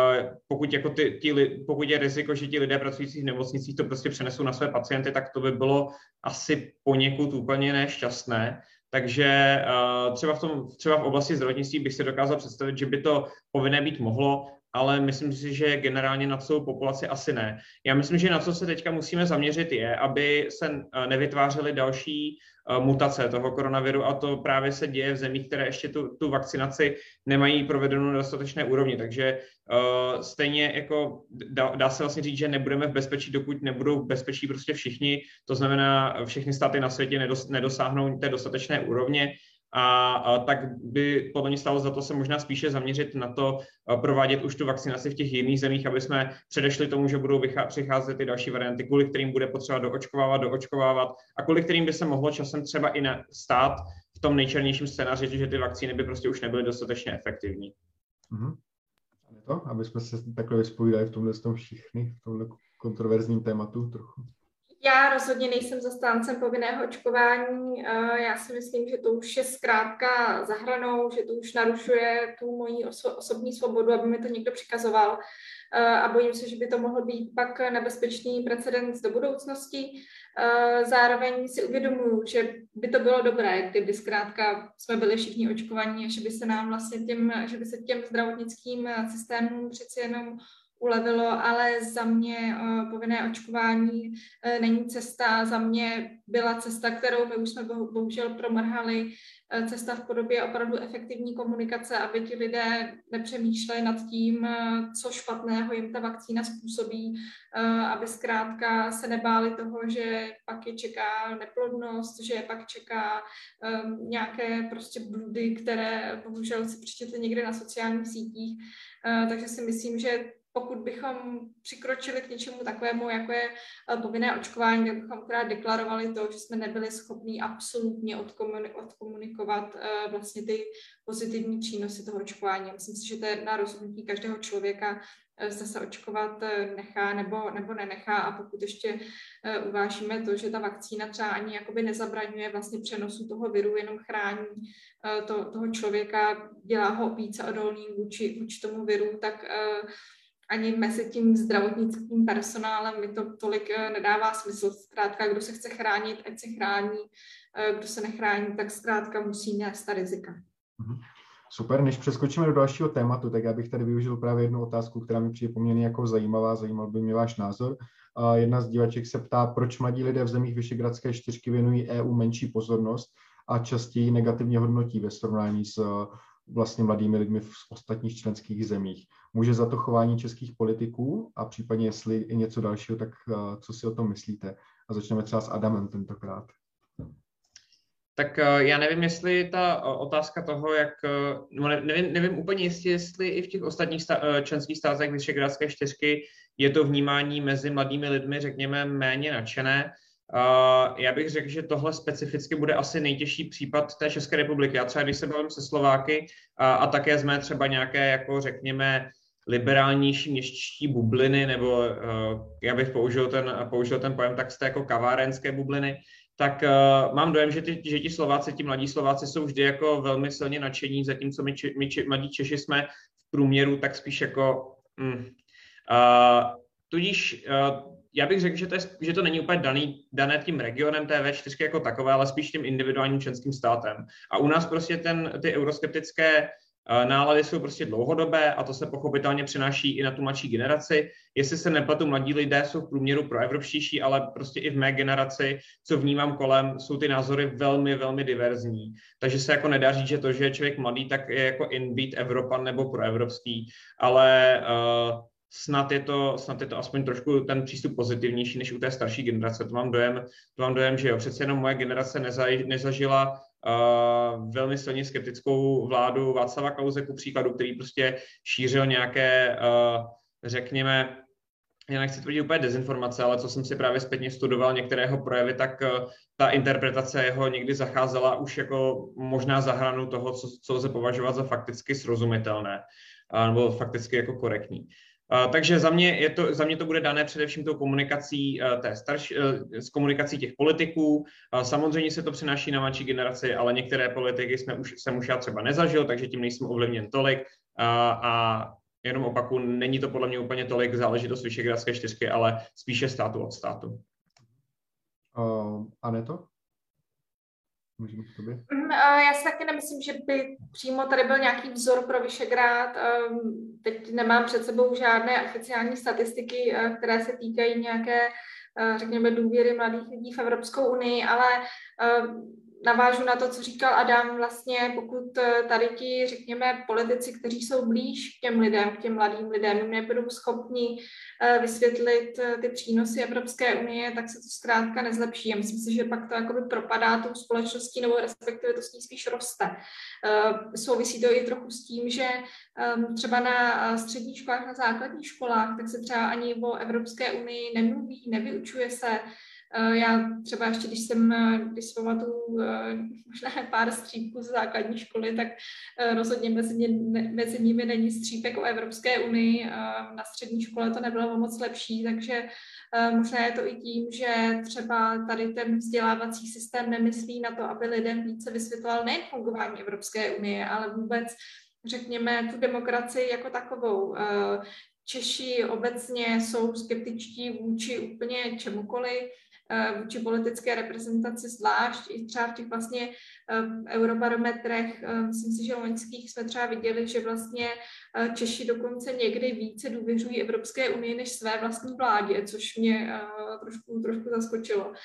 pokud je riziko, že ti lidé pracující v nemocnicích to prostě přenesou na své pacienty, tak to by bylo asi poněkud úplně nešťastné. Takže třeba v oblasti zdravotnictví bych si dokázal představit, že by to povinné být mohlo, ale myslím si, že generálně na celou populaci asi ne. Já myslím, že na co se teďka musíme zaměřit je, aby se nevytvářely další mutace toho koronaviru, a to právě se děje v zemích, které ještě tu vakcinaci nemají provedenou na dostatečné úrovni. Takže stejně jako dá se vlastně říct, že nebudeme v bezpečí, dokud nebudou v bezpečí prostě všichni. To znamená, všechny státy na světě nedosáhnou té dostatečné úrovně. A tak by podle mě stálo za to se možná spíše zaměřit na to, provádět už tu vakcinaci v těch jiných zemích, aby jsme předešli tomu, že budou přicházet ty další varianty, kvůli kterým bude potřeba doočkovávat a kvůli kterým by se mohlo časem třeba i stát v tom nejčernějším scénáři, že ty vakcíny by prostě už nebyly dostatečně efektivní. To, aby jsme se takhle vyspovídali v tomhle všichni, v tomhle kontroverzním tématu trochu. Já rozhodně nejsem zastáncem povinného očkování. Já si myslím, že to už je zkrátka za hranou, že to už narušuje tu moji osobní svobodu, aby mi to někdo přikazoval. A bojím se, že by to mohl být pak nebezpečný precedens do budoucnosti. Zároveň si uvědomuju, že by to bylo dobré, kdyby zkrátka jsme byli všichni očkovaní a že by se nám vlastně těm zdravotnickým systémům přeci jenom ulevilo, ale za mě povinné očkování není cesta. Za mě byla cesta, kterou my už jsme bohužel promrhali, cesta v podobě opravdu efektivní komunikace, aby ti lidé nepřemýšleli nad tím, co špatného jim ta vakcína způsobí, aby zkrátka se nebáli toho, že pak je čeká neplodnost, že je pak čeká nějaké prostě bludy, které bohužel si přečetli někde na sociálních sítích. Takže si myslím, že pokud bychom přikročili k něčemu takovému, jako je povinné očkování, tak bychom akorát deklarovali to, že jsme nebyli schopni absolutně odkomunikovat vlastně ty pozitivní přínosy toho očkování. Myslím si, že to je na rozhodnutí každého člověka, zda se očkovat nechá nebo nenechá, a pokud ještě uvážíme to, že ta vakcína třeba ani jakoby nezabraňuje vlastně přenosu toho viru, jenom chrání toho člověka, dělá ho více odolný vůči tomu viru, tak ani mezi tím zdravotnickým personálem mi to tolik nedává smysl. Zkrátka, kdo se chce chránit, ať se chrání, kdo se nechrání, tak zkrátka musí nést ta rizika. Super, než přeskočíme do dalšího tématu, tak já bych tady využil právě jednu otázku, která mi přijde poměrně jako zajímavá, zajímal by mě váš názor. Jedna z divaček se ptá, proč mladí lidé v zemích Visegrádské čtyřky věnují EU menší pozornost a častěji negativně hodnotí ve srovnání s vlastně mladými lidmi v ostatních členských zemích. Může za to chování českých politiků a případně jestli i něco dalšího, tak co si o tom myslíte? A začneme třeba s Adamem tentokrát. Tak já nevím, jestli ta otázka toho, jak, nevím úplně jistě, jestli i v těch ostatních členských státech Visegrádské čtyřky je to vnímání mezi mladými lidmi, řekněme, méně nadšené. Já bych řekl, že tohle specificky bude asi nejtěžší případ té České republiky. Já třeba, když se bavím se Slováky a také jsme třeba nějaké, jako řekněme, liberálnější městští bubliny, nebo já bych použil ten pojem tak z té jako kavárenské bubliny, tak mám dojem, že ti Slováci, ti mladí Slováci jsou vždy jako velmi silně nadšení, zatímco my mladí Češi jsme v průměru tak spíš jako... Tudíž já bych řekl, že to není úplně dané tím regionem té V4 jako takové, ale spíš tím individuálním členským státem. A u nás prostě ty euroskeptické nálady jsou prostě dlouhodobé a to se pochopitelně přenáší i na tu mladší generaci. Jestli se nepletu, mladí lidé jsou v průměru proevropštější, ale prostě i v mé generaci, co vnímám kolem, jsou ty názory velmi, velmi diverzní. Takže se jako nedá říct, že to, že je člověk mladý, tak je jako být Evropan nebo proevropský, ale snad je to aspoň trošku ten přístup pozitivnější než u té starší generace. To mám dojem, že jo, přece jenom moje generace nezažila velmi silně skeptickou vládu Václava Klause, ku příkladu, který prostě šířil nějaké, řekněme, já nechci tvrdit úplně dezinformace, ale co jsem si právě zpětně studoval některého projevy, tak ta interpretace jeho někdy zacházela už jako možná za hranu toho, co lze považovat za fakticky srozumitelné nebo fakticky jako korektní. Takže za mě to bude dané především tou komunikací s komunikací těch politiků. Samozřejmě se to přenáší na mladší generaci, ale některé politiky jsem už já třeba nezažil, takže tím nejsem ovlivněn tolik. A jenom opaku, není to podle mě úplně tolik záležitost Visegrádské čtyřky, ale spíše státu od státu. Aneto? Já si taky nemyslím, že by přímo tady byl nějaký vzor pro Visegrád. Teď nemám před sebou žádné oficiální statistiky, které se týkají nějaké, řekněme, důvěry mladých lidí v Evropskou unii, ale navážu na to, co říkal Adam, vlastně pokud tady ti, řekněme, politici, kteří jsou blíž k těm lidem, k těm mladým lidem, nebudou schopni vysvětlit ty přínosy Evropské unie, tak se to zkrátka nezlepší. A myslím si, že pak to jakoby propadá tou společností, nebo respektive to s ní spíš roste. Souvisí to i trochu s tím, že třeba na středních školách, na základních školách, tak se třeba ani o Evropské unii nemluví, nevyučuje se. Já třeba ještě, když pamatuju možná pár střípků z základní školy, tak rozhodně mezi nimi není střípek o Evropské unii. Na střední škole to nebylo moc lepší, takže možná je to i tím, že třeba tady ten vzdělávací systém nemyslí na to, aby lidem více vysvětloval nejen fungování Evropské unie, ale vůbec, řekněme, tu demokracii jako takovou. Češi obecně jsou skeptičtí vůči úplně čemukoliv. vůči politické reprezentaci zvlášť, i třeba v těch vlastně eurobarometrech, myslím si, že loňských jsme třeba viděli, že vlastně Češi dokonce někdy více důvěřují Evropské unii než své vlastní vládě, což mě trošku zaskočilo.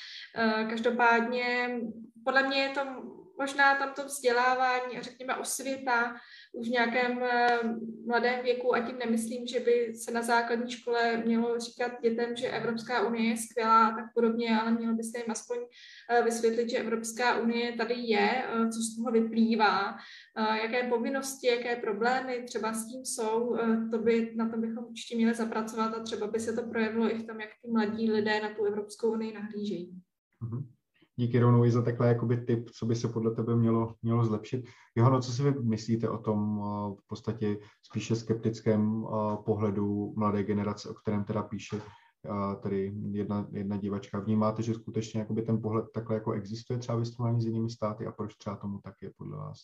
Každopádně podle mě je to možná tam to vzdělávání a řekněme osvěta už v nějakém mladém věku, a tím nemyslím, že by se na základní škole mělo říkat dětem, že Evropská unie je skvělá a tak podobně, ale mělo by se jim aspoň vysvětlit, že Evropská unie tady je, co z toho vyplývá, jaké povinnosti, jaké problémy třeba s tím jsou, na to bychom určitě měli zapracovat a třeba by se to projevilo i v tom, jak ty mladí lidé na tu Evropskou unii nahlížejí. Mm-hmm. Díky rovnou i za takhle jakoby tip, co by se podle tebe mělo zlepšit. Johano, co si vy myslíte o tom v podstatě spíše skeptickém pohledu mladé generace, o kterém teda píše tady jedna divačka? Vnímáte, že skutečně jakoby ten pohled takhle jako existuje třeba ve srovnání s jinými státy a proč třeba tomu tak je podle vás?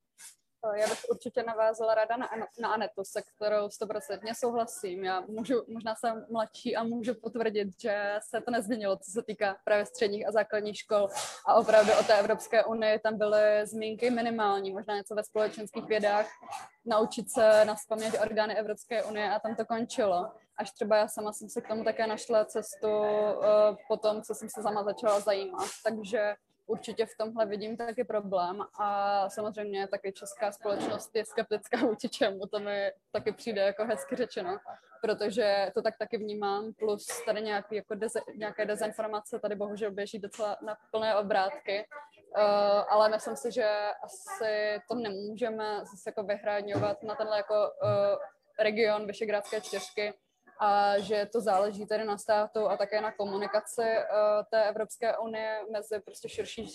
Já bych určitě navázala ráda na Anetu, se kterou 100% souhlasím. Já možná jsem mladší a můžu potvrdit, že se to nezměnilo, co se týká právě středních a základních škol. A opravdu o té Evropské unii tam byly zmínky minimální, možná něco ve společenských vědách, naučit se nazpaměť orgány Evropské unie a tam to končilo. Až třeba já sama jsem se k tomu také našla cestu po tom, co jsem se sama začala zajímat. Takže určitě v tomhle vidím taky problém a samozřejmě taky česká společnost je skeptická vůči čemu, to mi taky přijde jako hezky řečeno, protože to taky vnímám, plus tady nějaké dezinformace tady bohužel běží docela na plné obrátky, ale myslím si, že asi to nemůžeme zase jako vyhraňovat na tenhle jako region Visegrádské čtyřky, a že to záleží tady na státu a také na komunikaci té Evropské unie mezi prostě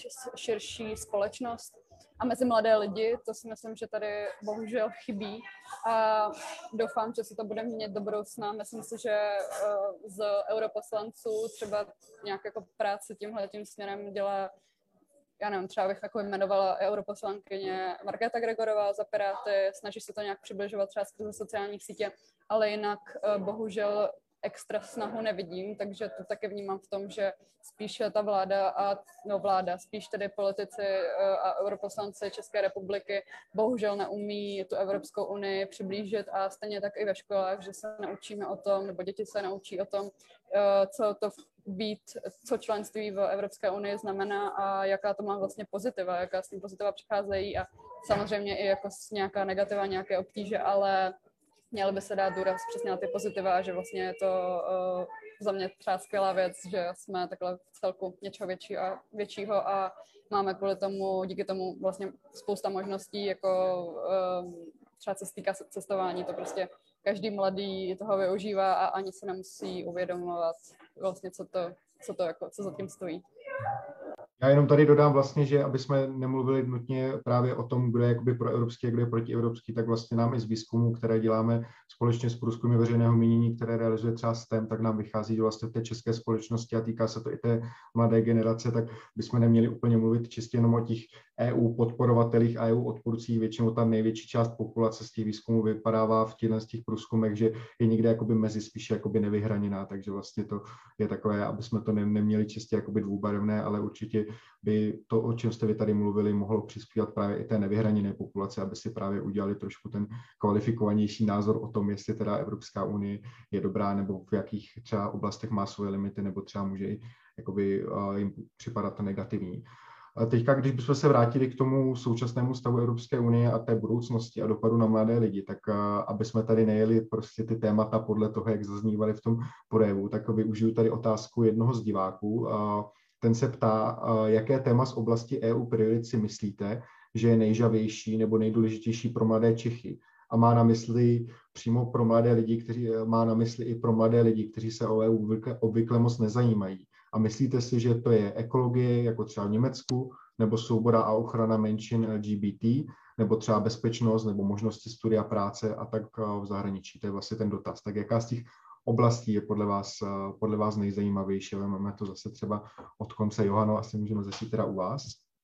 širší společnost a mezi mladé lidi. To si myslím, že tady bohužel chybí a doufám, že se to bude měnit do budoucna. Myslím si, že z europoslanců třeba nějak jako práci tímhletím směrem dělá, já nevím, třeba bych jako jmenovala europoslankyně Markéta Gregorová za Piráty, snaží se to nějak přibližovat třeba skrze sociálních sítě, ale jinak bohužel extra snahu nevidím, takže to taky vnímám v tom, že spíše ta vláda, spíš tedy politici a europoslanci České republiky bohužel neumí tu Evropskou unii přiblížit a stejně tak i ve školách, že se naučíme o tom, nebo děti se naučí o tom, co členství v Evropské unii znamená a jaká to má vlastně pozitiva, jaká s tím pozitiva přicházejí a samozřejmě i jako nějaká negativa, nějaké obtíže, ale měl by se dát důraz přesně na ty pozitiva a že vlastně je to za mě třeba skvělá věc, že jsme takhle v celku něčeho většího a máme díky tomu vlastně spousta možností, jako třeba co se týká cestování, to prostě každý mladý toho využívá a ani se nemusí uvědomovat vlastně, co za tím stojí. Já jenom tady dodám vlastně, že aby jsme nemluvili nutně právě o tom, kdo je jakoby proevropský a kdo je protievropský, tak vlastně nám i z výzkumu, které děláme společně s průzkumy veřejného mínění, které realizuje třeba STEM, tak nám vychází, že vlastně v té české společnosti a týká se to i té mladé generace, tak bychom neměli úplně mluvit čistě jenom o těch EU podporovatelích a EU odpůrcích. Většinou ta největší část populace z těch výzkumů vypadává v těch průzkumech, že je někde jakoby mezi spíše jakoby nevyhraněná, takže vlastně to je takové, aby jsme to neměli čistě jakoby dvoubarevné, ale určitě by to, o čem jste vy tady mluvili, mohlo přispívat právě i té nevyhraněné populace, aby si právě udělali trošku ten kvalifikovanější názor o tom, jestli teda Evropská unie je dobrá, nebo v jakých třeba oblastech má svoje limity, nebo třeba může i jakoby jim připadat negativní. Teďka, když bychom se vrátili k tomu současnému stavu Evropské unie a té budoucnosti a dopadu na mladé lidi, tak aby jsme tady nejeli prostě ty témata podle toho, jak zaznívaly v tom projevu, tak využiju tady otázku jednoho z diváků. Ten se ptá, jaké téma z oblasti EU priorit si myslíte, že je nejžavější nebo nejdůležitější pro mladé Čechy. A má na mysli přímo pro mladé lidi, kteří se o EU obvykle moc nezajímají. A myslíte si, že to je ekologie, jako třeba v Německu, nebo svoboda a ochrana menšin LGBT, nebo třeba bezpečnost, nebo možnosti studia, práce a tak v zahraničí? To je vlastně ten dotaz. Tak jaká z těch oblastí je podle vás nejzajímavější? Máme to zase třeba od konce. Johano, asi můžeme začít teda u vás.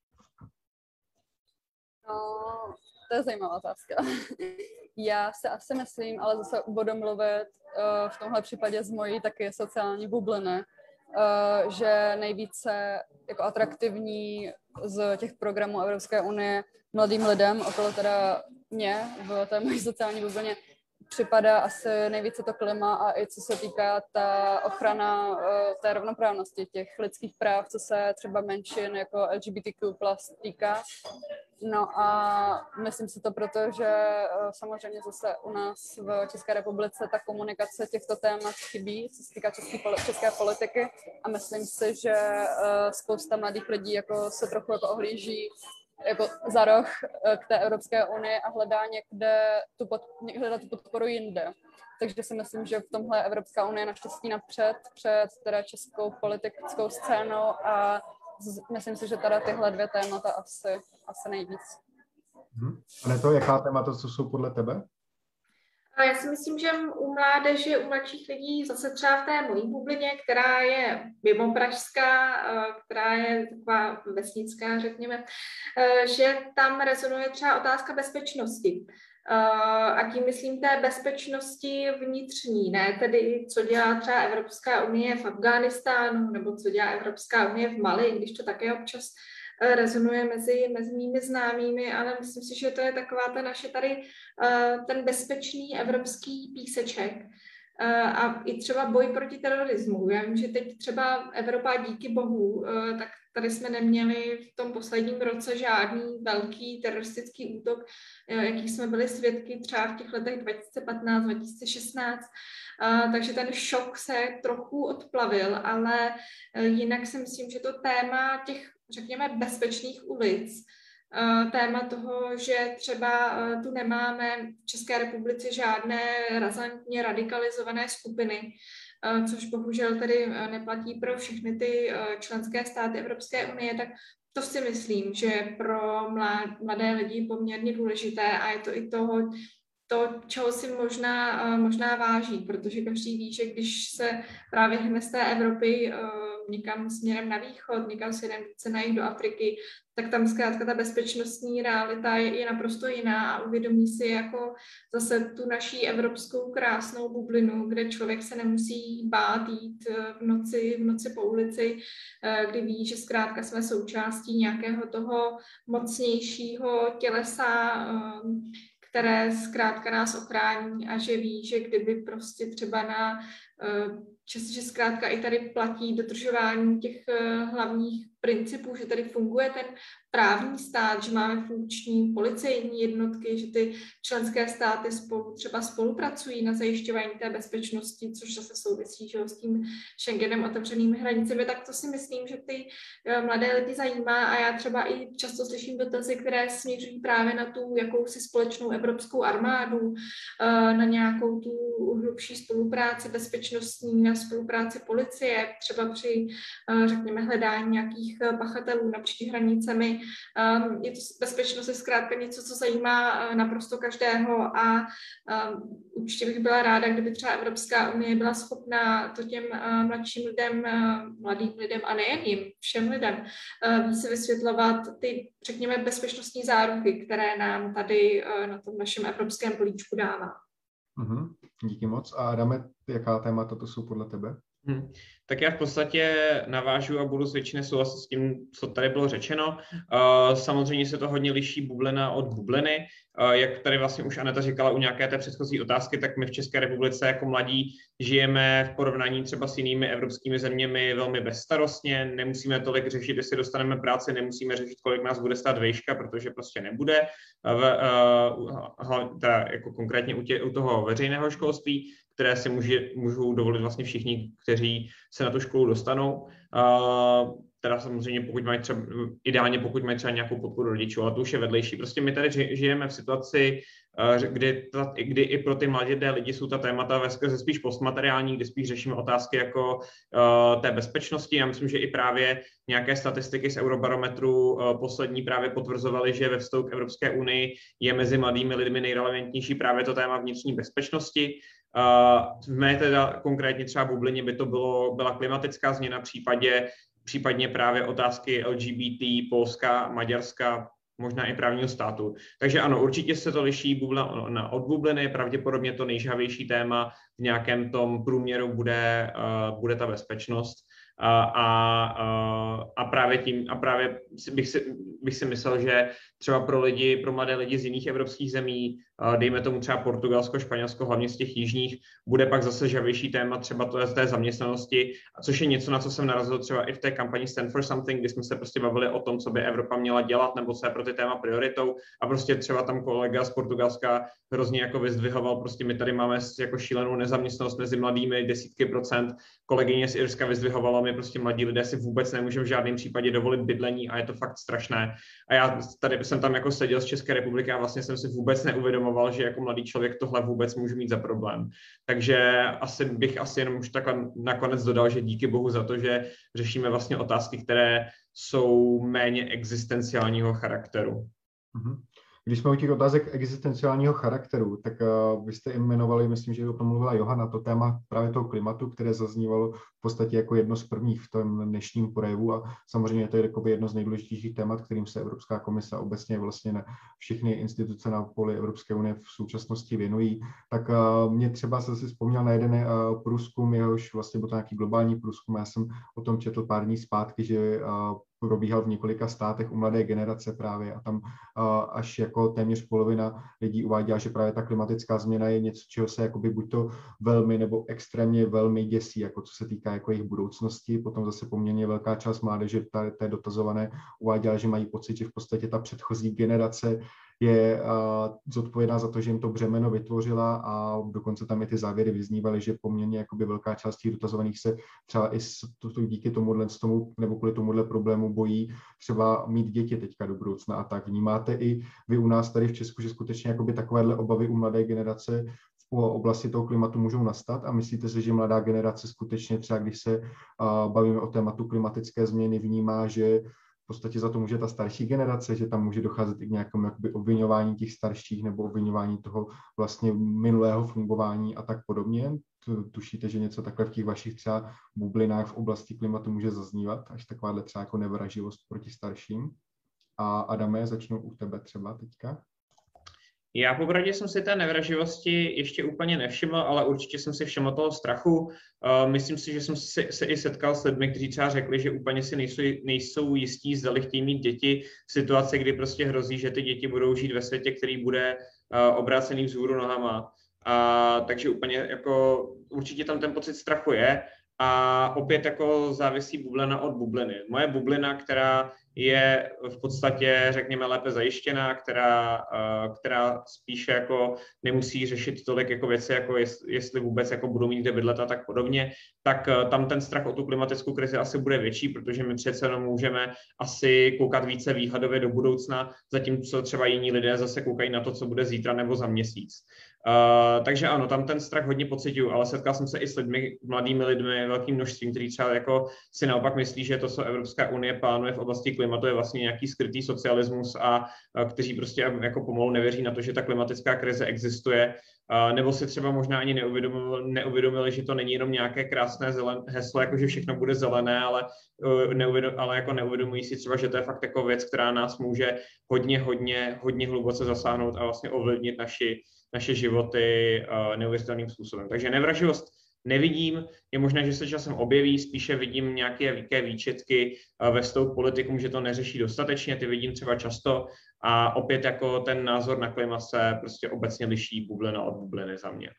To je zajímavá otázka. Já se asi myslím, ale zase budu mluvit v tomhle případě z mojí taky sociální bubliny, že nejvíce jako atraktivní z těch programů Evropské unie mladým lidem, okolo teda mě v té mojí sociální bublině, připadá asi nejvíce to klima a i co se týká ta ochrana té rovnoprávnosti těch lidských práv, co se třeba menšin jako LGBTQ+ týká. No a myslím si to proto, že samozřejmě zase u nás v České republice ta komunikace těchto témat chybí, co se týká české politiky, a myslím si, že spousta mladých lidí jako se trochu jako ohlíží jako za roh k té Evropské unii a hledá někde tu podporu jinde. Takže si myslím, že v tomhle je Evropská unie naštěstí napřed před teda českou politickou scénou a myslím si, že teda tyhle dvě témata asi nejvíc. Aneto, jaká témata jsou podle tebe? Já si myslím, že u mládeže, u mladších lidí, zase třeba v té mojí bublině, která je mimo pražská, která je taková vesnická, řekněme, že tam rezonuje třeba otázka bezpečnosti. A tím myslím té bezpečnosti vnitřní, ne tedy co dělá třeba Evropská unie v Afghánistánu, nebo co dělá Evropská unie v Mali, když to také občas rezonuje mezi mými známými, ale myslím si, že to je taková ta naše tady ten bezpečný evropský píseček. A i třeba boj proti terorismu. Já vím, že teď třeba Evropa, díky bohu, tak tady jsme neměli v tom posledním roce žádný velký teroristický útok, jaký jsme byli svědky třeba v těch letech 2015, 2016. Takže ten šok se trochu odplavil, ale jinak si myslím, že to téma těch, řekněme, bezpečných ulic, téma toho, že třeba tu nemáme v České republice žádné razantně radikalizované skupiny, což bohužel tedy neplatí pro všechny ty členské státy Evropské unie, tak to si myslím, že je pro mladé lidi poměrně důležité a je to i to, čeho si možná váží, protože každý ví, že když se právě hne z té Evropy někam směrem na východ, někam směrem více na jih do Afriky, tak tam zkrátka ta bezpečnostní realita je naprosto jiná a uvědomí si jako zase tu naší evropskou krásnou bublinu, kde člověk se nemusí bát jít v noci po ulici, kdy ví, že zkrátka jsme součástí nějakého toho mocnějšího tělesa, které zkrátka nás ochrání a že ví, že kdyby prostě třeba že zkrátka i tady platí dodržování těch hlavních principů, že tady funguje ten právní stát, že máme funkční policejní jednotky, že ty členské státy třeba spolupracují na zajišťování té bezpečnosti, což zase souvisí že, s tím Schengenem, otevřenými hranicemi, tak to si myslím, že ty mladé lidi zajímá a já třeba i často slyším dotazy, které směřují právě na tu jakousi společnou evropskou armádu, na nějakou tu hlubší spolupráci bezpečnostní, na spolupráci policie, třeba při, řekněme, hledání nějakých pachatelů napříč hranicemi. Je to bezpečnost je zkrátka něco, co zajímá naprosto každého a určitě bych byla ráda, kdyby třeba Evropská unie byla schopná to těm mladým lidem a nejen jim, všem lidem více vysvětlovat ty, řekněme, bezpečnostní záruky, které nám tady na tom našem evropském políčku dává. Díky moc. A Adame, jaká témata to jsou podle tebe? Tak já v podstatě navážu a budu s většinou souhlasit s tím, co tady bylo řečeno. Samozřejmě se to hodně liší bublina od bubliny. Jak tady vlastně už Aneta říkala u nějaké té předchozí otázky, tak my v České republice jako mladí žijeme v porovnání třeba s jinými evropskými zeměmi velmi bezstarostně. Nemusíme tolik řešit, jestli dostaneme práci, nemusíme řešit, kolik nás bude stát vejška, protože prostě nebude. Teda jako konkrétně u toho veřejného školství, které si můžou dovolit vlastně všichni, kteří se na tu školu dostanou. Teda samozřejmě ideálně pokud mají třeba nějakou podporu rodičů, ale to už je vedlejší. Prostě my tady žijeme v situaci, kdy i pro ty mladé lidi jsou ta témata veskrze spíš postmateriální, kdy spíš řešíme otázky jako té bezpečnosti. Já myslím, že i právě nějaké statistiky z Eurobarometru poslední právě potvrzovaly, že ve vztahu k Evropské unii je mezi mladými lidmi nejrelevantnější právě to téma vnitřní bezpečnosti. V mé teda konkrétně třeba bublině by to byla klimatická změna, případně právě otázky LGBT, Polska, Maďarska, možná i právního státu. Takže ano, určitě se to liší bublina od bubliny, pravděpodobně to nejžhavější téma v nějakém tom průměru bude ta bezpečnost. A právě bych si myslel, že třeba pro mladé lidi z jiných evropských zemí, dejme tomu třeba Portugalsko, Španělsko, hlavně z těch jižních, bude pak zase žavější téma třeba to z té zaměstnanosti, což je něco, na co jsem narazil třeba i v té kampani Stand for Something, kdy jsme se prostě bavili o tom, co by Evropa měla dělat, nebo co je pro ty téma prioritou, a prostě třeba tam kolega z Portugalska hrozně jako vyzdvihoval, prostě my tady máme jako šílenou nezaměstnanost mezi mladými, desítky procent, kolegyně z Irska vyzdvihovala, my prostě mladí lidé si vůbec nemůžeme v žádném případě dovolit bydlení a je to fakt strašné. A já tady jsem tam jako seděl z České republiky a vlastně jsem si vůbec neuvědomoval, že jako mladý člověk tohle vůbec může mít za problém. Takže bych jenom už takhle nakonec dodal, že díky bohu za to, že řešíme vlastně otázky, které jsou méně existenciálního charakteru. Když jsme u těch otázek existenciálního charakteru, tak vy jste jmenovali, myslím, že o tom mluvila Johana, to téma právě toho klimatu, které zaznívalo v podstatě jako jedno z prvních v tom dnešním projevu, a samozřejmě to je jakoby jedno z nejdůležitějších témat, kterým se Evropská komise obecně vlastně všechny instituce na poli Evropské unie v současnosti věnují. Tak mě třeba jsem si vzpomněl na jeden průzkum, jehož vlastně byl to nějaký globální průzkum, já jsem o tom četl pár dní zpátky, že probíhal v několika státech u mladé generace právě, a tam až jako téměř polovina lidí uváděla, že právě ta klimatická změna je něco, čeho se jakoby buď to velmi nebo extrémně velmi děsí, jako co se týká jako jejich budoucnosti. Potom zase poměrně velká část mládeže té dotazované uváděla, že mají pocit, že v podstatě ta předchozí generace je zodpovědná za to, že jim to břemeno vytvořila, a dokonce tam i ty závěry vyznívaly, že poměrně jakoby velká část těch dotazovaných se třeba i díky tomuhle nebo kvůli tomuhle problému bojí třeba mít děti teďka do budoucna. A tak vnímáte i vy u nás tady v Česku, že skutečně jakoby takovéhle obavy u mladé generace v oblasti toho klimatu můžou nastat, a myslíte si, že mladá generace skutečně třeba, když se bavíme o tématu klimatické změny, vnímá, že v podstatě za to může ta starší generace, že tam může docházet i k nějakému jakoby obviňování těch starších nebo obviňování toho vlastně minulého fungování a tak podobně? Tušíte, že něco takhle v těch vašich třeba bublinách v oblasti klimatu může zaznívat, až takováhle třeba jako nevraživost proti starším? A Adame, začnu u tebe třeba teďka. Já popravdě jsem si té nevraživosti ještě úplně nevšiml, ale určitě jsem si všiml toho strachu. Myslím si, že jsem se i setkal s lidmi, kteří třeba řekli, že úplně si nejsou jistí, zdali chtějí mít děti v situaci, kdy prostě hrozí, že ty děti budou žít ve světě, který bude obrácený vzhůru nohama. Takže úplně jako určitě tam ten pocit strachu je. A opět jako závisí bublina od bubliny. Moje bublina, která je v podstatě, řekněme, lépe zajištěná, která spíše jako nemusí řešit tolik jako věci, jako jestli vůbec jako budou mít kde bydlet a tak podobně, tak tam ten strach o tu klimatickou krizi asi bude větší, protože my přece jenom můžeme asi koukat více výhledově do budoucna, zatímco třeba jiní lidé zase koukají na to, co bude zítra nebo za měsíc. Takže ano, tam ten strach hodně pociťuju, ale setkal jsem se i s lidmi, mladými lidmi, velkým množstvím, kteří třeba jako si naopak myslí, že to, co Evropská unie plánuje v oblasti klimatu, je vlastně nějaký skrytý socialismus, a kteří prostě jako pomalu nevěří na to, že ta klimatická krize existuje, nebo si třeba možná ani neuvědomili, že to není jenom nějaké krásné heslo, jako že všechno bude zelené, ale jako neuvědomují si třeba, že to je fakt jako věc, která nás může hodně hluboce zasáhnout a vlastně ovlivnit naše životy neuvěřitelným způsobem. Takže nevraživost nevidím, je možné, že se časem objeví, spíše vidím nějaké výčitky ve vztahu k politikům, že to neřeší dostatečně, ty vidím třeba často, a opět jako ten názor na klima se prostě obecně liší bublina od bubliny za mě.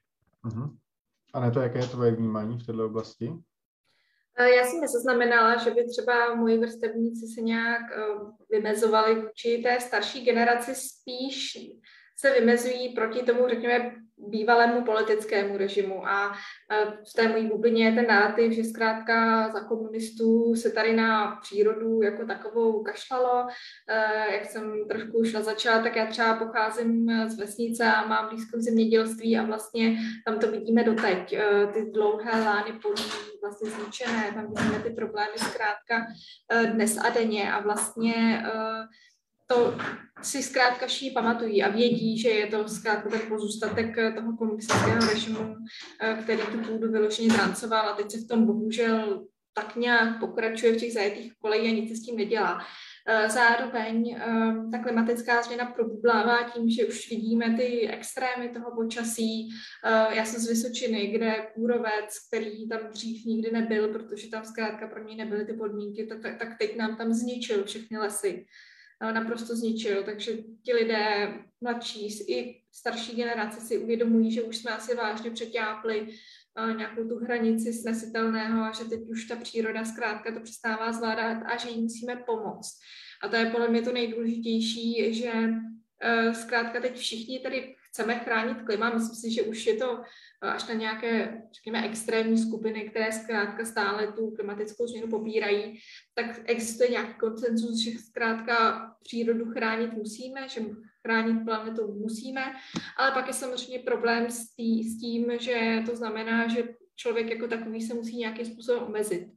A ne to, jaké je tvoje vnímání v této oblasti? Já jsem nezaznamenala, že by třeba moji vrstevníci se nějak vymezovali vůči té starší generaci, spíš se vymezují proti tomu, řekněme, bývalému politickému režimu. A v té mojí bublině je ten narrativ, že zkrátka za komunistů se tady na přírodu jako takovou kašlalo. Jak jsem trošku už na začátek, já třeba pocházím z vesnice a mám blízko zemědělství a vlastně tam to vidíme doteď. Ty dlouhé lány polí vlastně zničené, tam vidíme ty problémy zkrátka dnes a denně, a vlastně to si zkrátka všichni pamatují a vědí, že je to zkrátka ten pozůstatek toho komunistického režimu, který tu půdu vyloženě drancoval, a teď se v tom bohužel tak nějak pokračuje v těch zajetých kolejích a nic se s tím nedělá. Zároveň ta klimatická změna probublává tím, že už vidíme ty extrémy toho počasí. Já jsem z Vysočiny, kde kůrovec, který tam dřív nikdy nebyl, protože tam zkrátka pro něj nebyly ty podmínky, tak teď nám tam zničil všechny lesy. Naprosto zničil, takže ti lidé mladší i starší generace si uvědomují, že už jsme asi vážně přeťápli nějakou tu hranici snesitelného a že teď už ta příroda zkrátka to přestává zvládat a že jí musíme pomoct. A to je podle mě to nejdůležitější, že zkrátka teď všichni tady chceme chránit klima. Myslím si, že už je to až na nějaké, řekněme, extrémní skupiny, které zkrátka stále tu klimatickou změnu popírají, tak existuje nějaký konsenzus, že zkrátka přírodu chránit musíme, že chránit planetu musíme, ale pak je samozřejmě problém s tím, že to znamená, že člověk jako takový se musí nějakým způsobem omezit.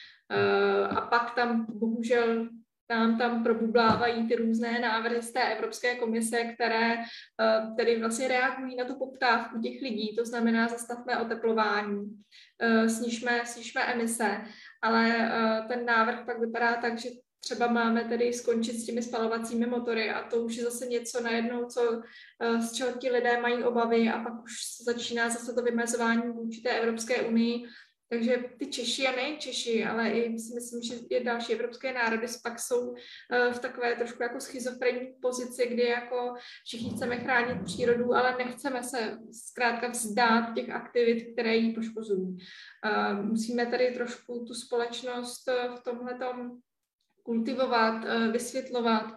A pak tam bohužel tam probublávají ty různé návrhy z té Evropské komise, které tedy vlastně reagují na tu poptávku těch lidí, to znamená zastavme oteplování, snižme emise, ale ten návrh pak vypadá tak, že třeba máme tedy skončit s těmi spalovacími motory a to už je zase něco najednou, z čeho ti lidé mají obavy a pak už začíná zase to vymezování vůči té Evropské unii. Takže ty Češi a nejen Češi, ale i si myslím, že i další evropské národy pak jsou v takové trošku jako schizofrenní pozici, kdy jako všichni chceme chránit přírodu, ale nechceme se zkrátka vzdát těch aktivit, které ji poškozují. Musíme tady trošku tu společnost v tomhletom kultivovat, vysvětlovat,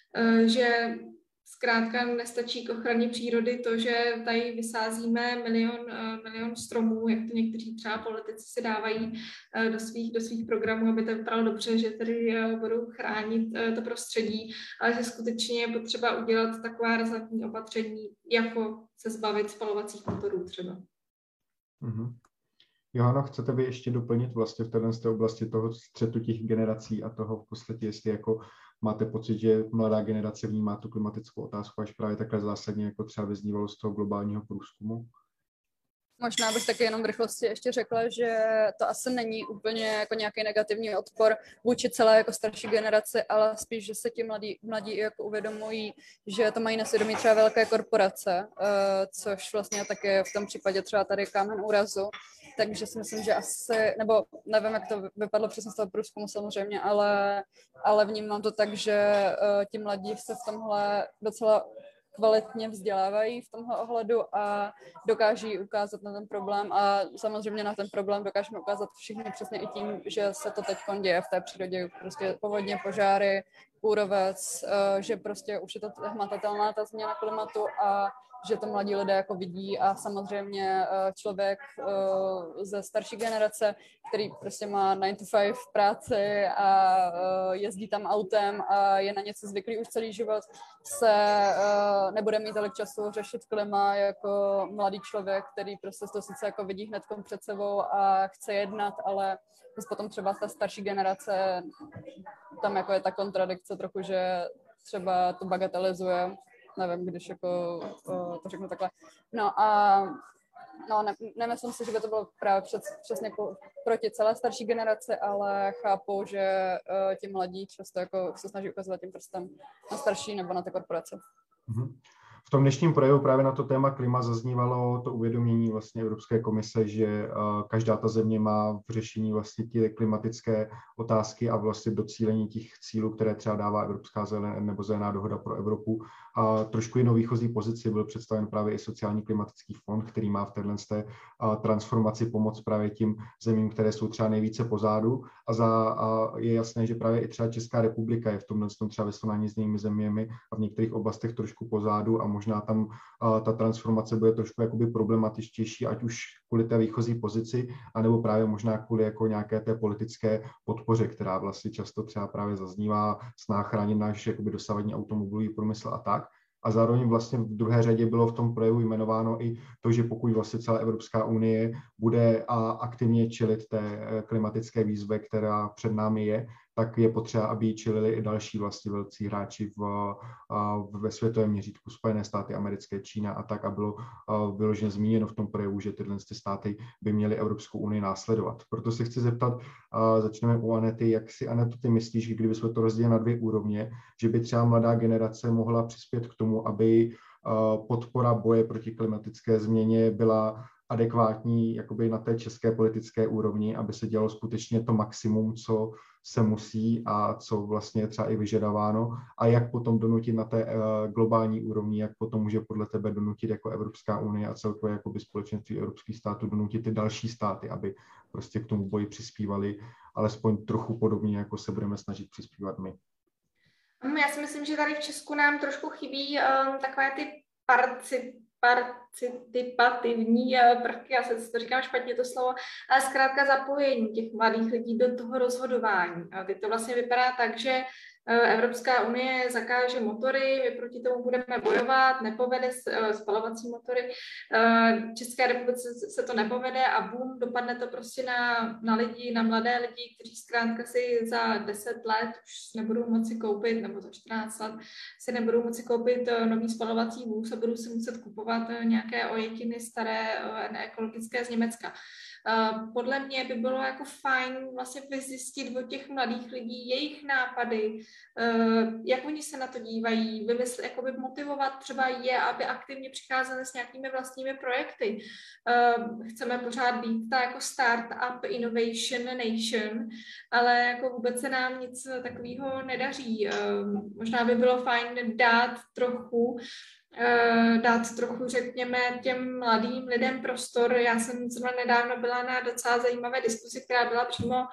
že zkrátka nestačí k ochraně přírody to, že tady vysázíme milion stromů, jak to někteří třeba politici si dávají do svých programů, aby to vypadalo dobře, že tady budou chránit to prostředí, ale že skutečně je potřeba udělat taková razantní opatření, jako se zbavit spalovacích motorů třeba. Mm-hmm. Johano, chcete vy ještě doplnit vlastně v této oblasti toho střetu těch generací a toho v podstatě, jestli jako máte pocit, že mladá generace vnímá tu klimatickou otázku až právě takhle zásadně, jako třeba vyznívalo z toho globálního průzkumu? Možná bych taky jenom v rychlosti ještě řekla, že to asi není úplně jako nějaký negativní odpor vůči celé jako starší generaci, ale spíš, že se ti mladí jako uvědomují, že to mají na svědomí třeba velké korporace, což vlastně taky v tom případě třeba tady kámen úrazu. Takže si myslím, že asi, nebo nevím, jak to vypadlo přesně z toho průzkumu samozřejmě, ale vnímám to tak, že ti mladí se v tomhle docela kvalitně vzdělávají v tomhle ohledu a dokáží ukázat na ten problém a samozřejmě na ten problém dokážeme ukázat všichni přesně i tím, že se to teď děje v té přírodě, prostě povodně, požáry, kůrovec, že prostě už je to hmatatelná ta změna klimatu a že to mladí lidé jako vidí a samozřejmě člověk ze starší generace, který prostě má 9 to 5 práci a jezdí tam autem a je na něco zvyklý už celý život, se nebude mít tolik času řešit klima jako mladý člověk, který prostě to sice jako vidí hnedkom před sebou a chce jednat, ale potom třeba ta starší generace, tam jako je ta kontradikce trochu, že třeba to bagatelizuje, nevím, když jako to řeknu takhle. No a nemyslím si, že by to bylo právě přesně jako proti celé starší generaci, ale chápu, že ti mladí často jako se snaží ukazovat tím prstem na starší nebo na ty korporace. Mm-hmm. V tom dnešním projevu právě na to téma klima zaznívalo to uvědomění vlastně Evropské komise, že každá ta země má v řešení vlastně ty klimatické otázky a vlastně docílení těch cílů, které třeba dává Evropská zelená dohoda pro Evropu. A trošku jinou výchozí pozici byl představen právě i sociální klimatický fond, který má v této transformaci pomoct právě tím zemím, které jsou třeba nejvíce pozadu. A je jasné, že právě i třeba Česká republika je v tomhle třeba ve srovnání s jinými zeměmi a v některých oblastech trošku pozadu a možná tam ta transformace bude trošku jakoby problematičtější, ať už kvůli té výchozí pozici, anebo právě možná kvůli jako nějaké té politické podpoře, která vlastně často třeba právě zaznívá, snaha chránit náš jakoby dosavadní automobilový průmysl a tak. A zároveň vlastně v druhé řadě bylo v tom projevu jmenováno i to, že pokud vlastně celá Evropská unie bude aktivně čelit té klimatické výzvě, která před námi je, tak je potřeba, aby ji čelili i další vlastně velcí hráči ve světovém měřítku, Spojené státy americké, Čína a tak, a bylo vyloženě zmíněno v tom projevu, že tyhle státy by měly Evropskou unii následovat. Proto se chci zeptat, začneme u Anety, jak si, Aneto, ty myslíš, kdybychom to rozdělili na 2 úrovně, že by třeba mladá generace mohla přispět k tomu, aby podpora boje proti klimatické změně byla adekvátní jakoby na té české politické úrovni, aby se dělalo skutečně to maximum, co se musí a co vlastně je třeba i vyžadováno, a jak potom donutit na té globální úrovni, jak potom může podle tebe donutit jako Evropská unie a celkově jakoby společenství evropských států donutit ty další státy, aby prostě k tomu boji přispívali alespoň trochu podobně, jako se budeme snažit přispívat my. Já si myslím, že tady v Česku nám trošku chybí takové ty participativní prvky, já se to říkám špatně to slovo, ale zkrátka zapojení těch mladých lidí do toho rozhodování. A teď to vlastně vypadá tak, že Evropská unie zakáže motory, my proti tomu budeme bojovat, nepovede spalovací motory, České republice se to nepovede a boom, dopadne to prostě na lidi, na mladé lidi, kteří zkrátka si za 10 let už nebudou moci koupit, nebo za 14 let si nebudou moci koupit nový spalovací vůz a budou si muset kupovat nějaké ojetiny staré neekologické z Německa. Podle mě by bylo jako fajn vlastně vyzjistit od těch mladých lidí jejich nápady, jak oni se na to dívají, jakoby motivovat třeba je, aby aktivně přicházeli s nějakými vlastními projekty. Chceme pořád být ta jako Startup Innovation Nation, ale jako vůbec se nám nic takového nedaří. Možná by bylo fajn dát trochu, řekněme, těm mladým lidem prostor. Já jsem zrovna nedávno byla na docela zajímavé diskusi, která byla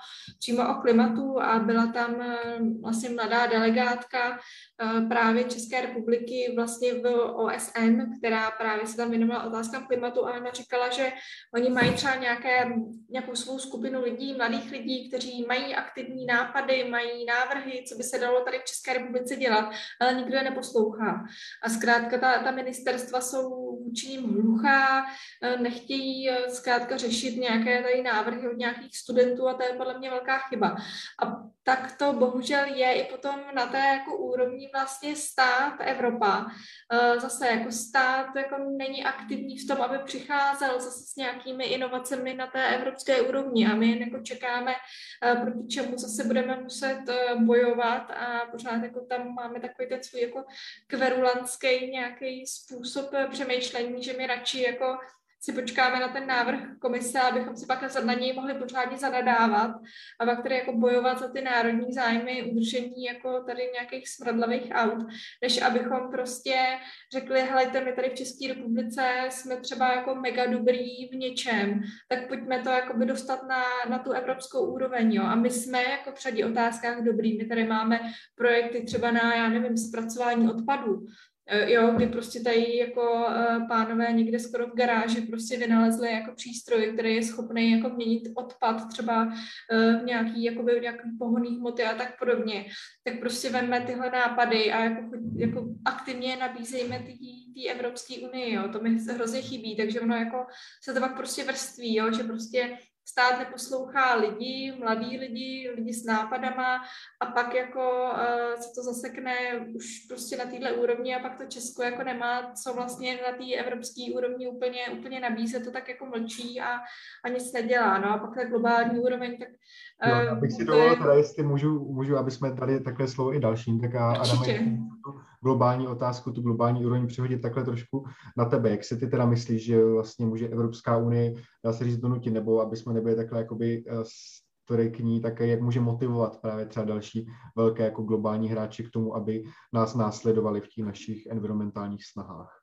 přímo o klimatu a byla tam vlastně mladá delegátka právě České republiky vlastně v OSN, která právě se tam věnovala otázkám klimatu, a ona říkala, že oni mají třeba nějakou svou skupinu lidí, mladých lidí, kteří mají aktivní nápady, mají návrhy, co by se dalo tady v České republice dělat, ale nikdo je neposlouchá. A zkrátka ta ministerstva jsou vůči nim hluchá, nechtějí zkrátka řešit nějaké tady návrhy od nějakých studentů a to je podle mě velká chyba. A tak to bohužel je i potom na té jako úrovni vlastně stát Evropa. Zase jako stát jako není aktivní v tom, aby přicházel zase s nějakými inovacemi na té evropské úrovni a my jen jako čekáme, proti čemu zase budeme muset bojovat a pořád jako tam máme takový ten svůj jako kverulantský nějaký způsob přemýšlení, že my radši jako si počkáme na ten návrh komise, abychom si pak na něj mohli pořádně zanadávat a pak tady jako bojovat za ty národní zájmy, udržení jako tady nějakých smradlavých aut, než abychom prostě řekli, helejte, my tady v České republice jsme třeba jako mega dobrý v něčem, tak pojďme to jakoby dostat na tu evropskou úroveň, jo. A my jsme jako v řadě otázkách dobrý, my tady máme projekty třeba na, já nevím, zpracování odpadů, jo, kdy prostě tady jako pánové někde skoro v garáži prostě vynalezli jako přístroj, který je schopný jako měnit odpad třeba v nějaký pohonný hmoty a tak podobně. Tak prostě vemme tyhle nápady a jako aktivně nabízejme té Evropské unii, jo. To mi hrozně chybí, takže ono jako se to pak prostě vrství, jo, že prostě stát neposlouchá mladí lidi s nápadama a pak jako se to zasekne už prostě na téhle úrovni a pak to Česko jako nemá co vlastně na té evropské úrovni úplně nabízet, to tak jako mlčí a nic nedělá, no a pak ta globální úroveň, tak... Jo, abych si dovolil teda, jestli můžu, aby jsme tady takhle slovo i dalším, tak Adame, globální otázku, tu globální úroveň přihodit takhle trošku na tebe. Jak si ty teda myslíš, že vlastně může Evropská unie, dá se říct, donutit, nebo aby jsme nebyli takhle jakoby striktní, tak jak může motivovat právě třeba další velké jako globální hráči k tomu, aby nás následovali v těch našich environmentálních snahách?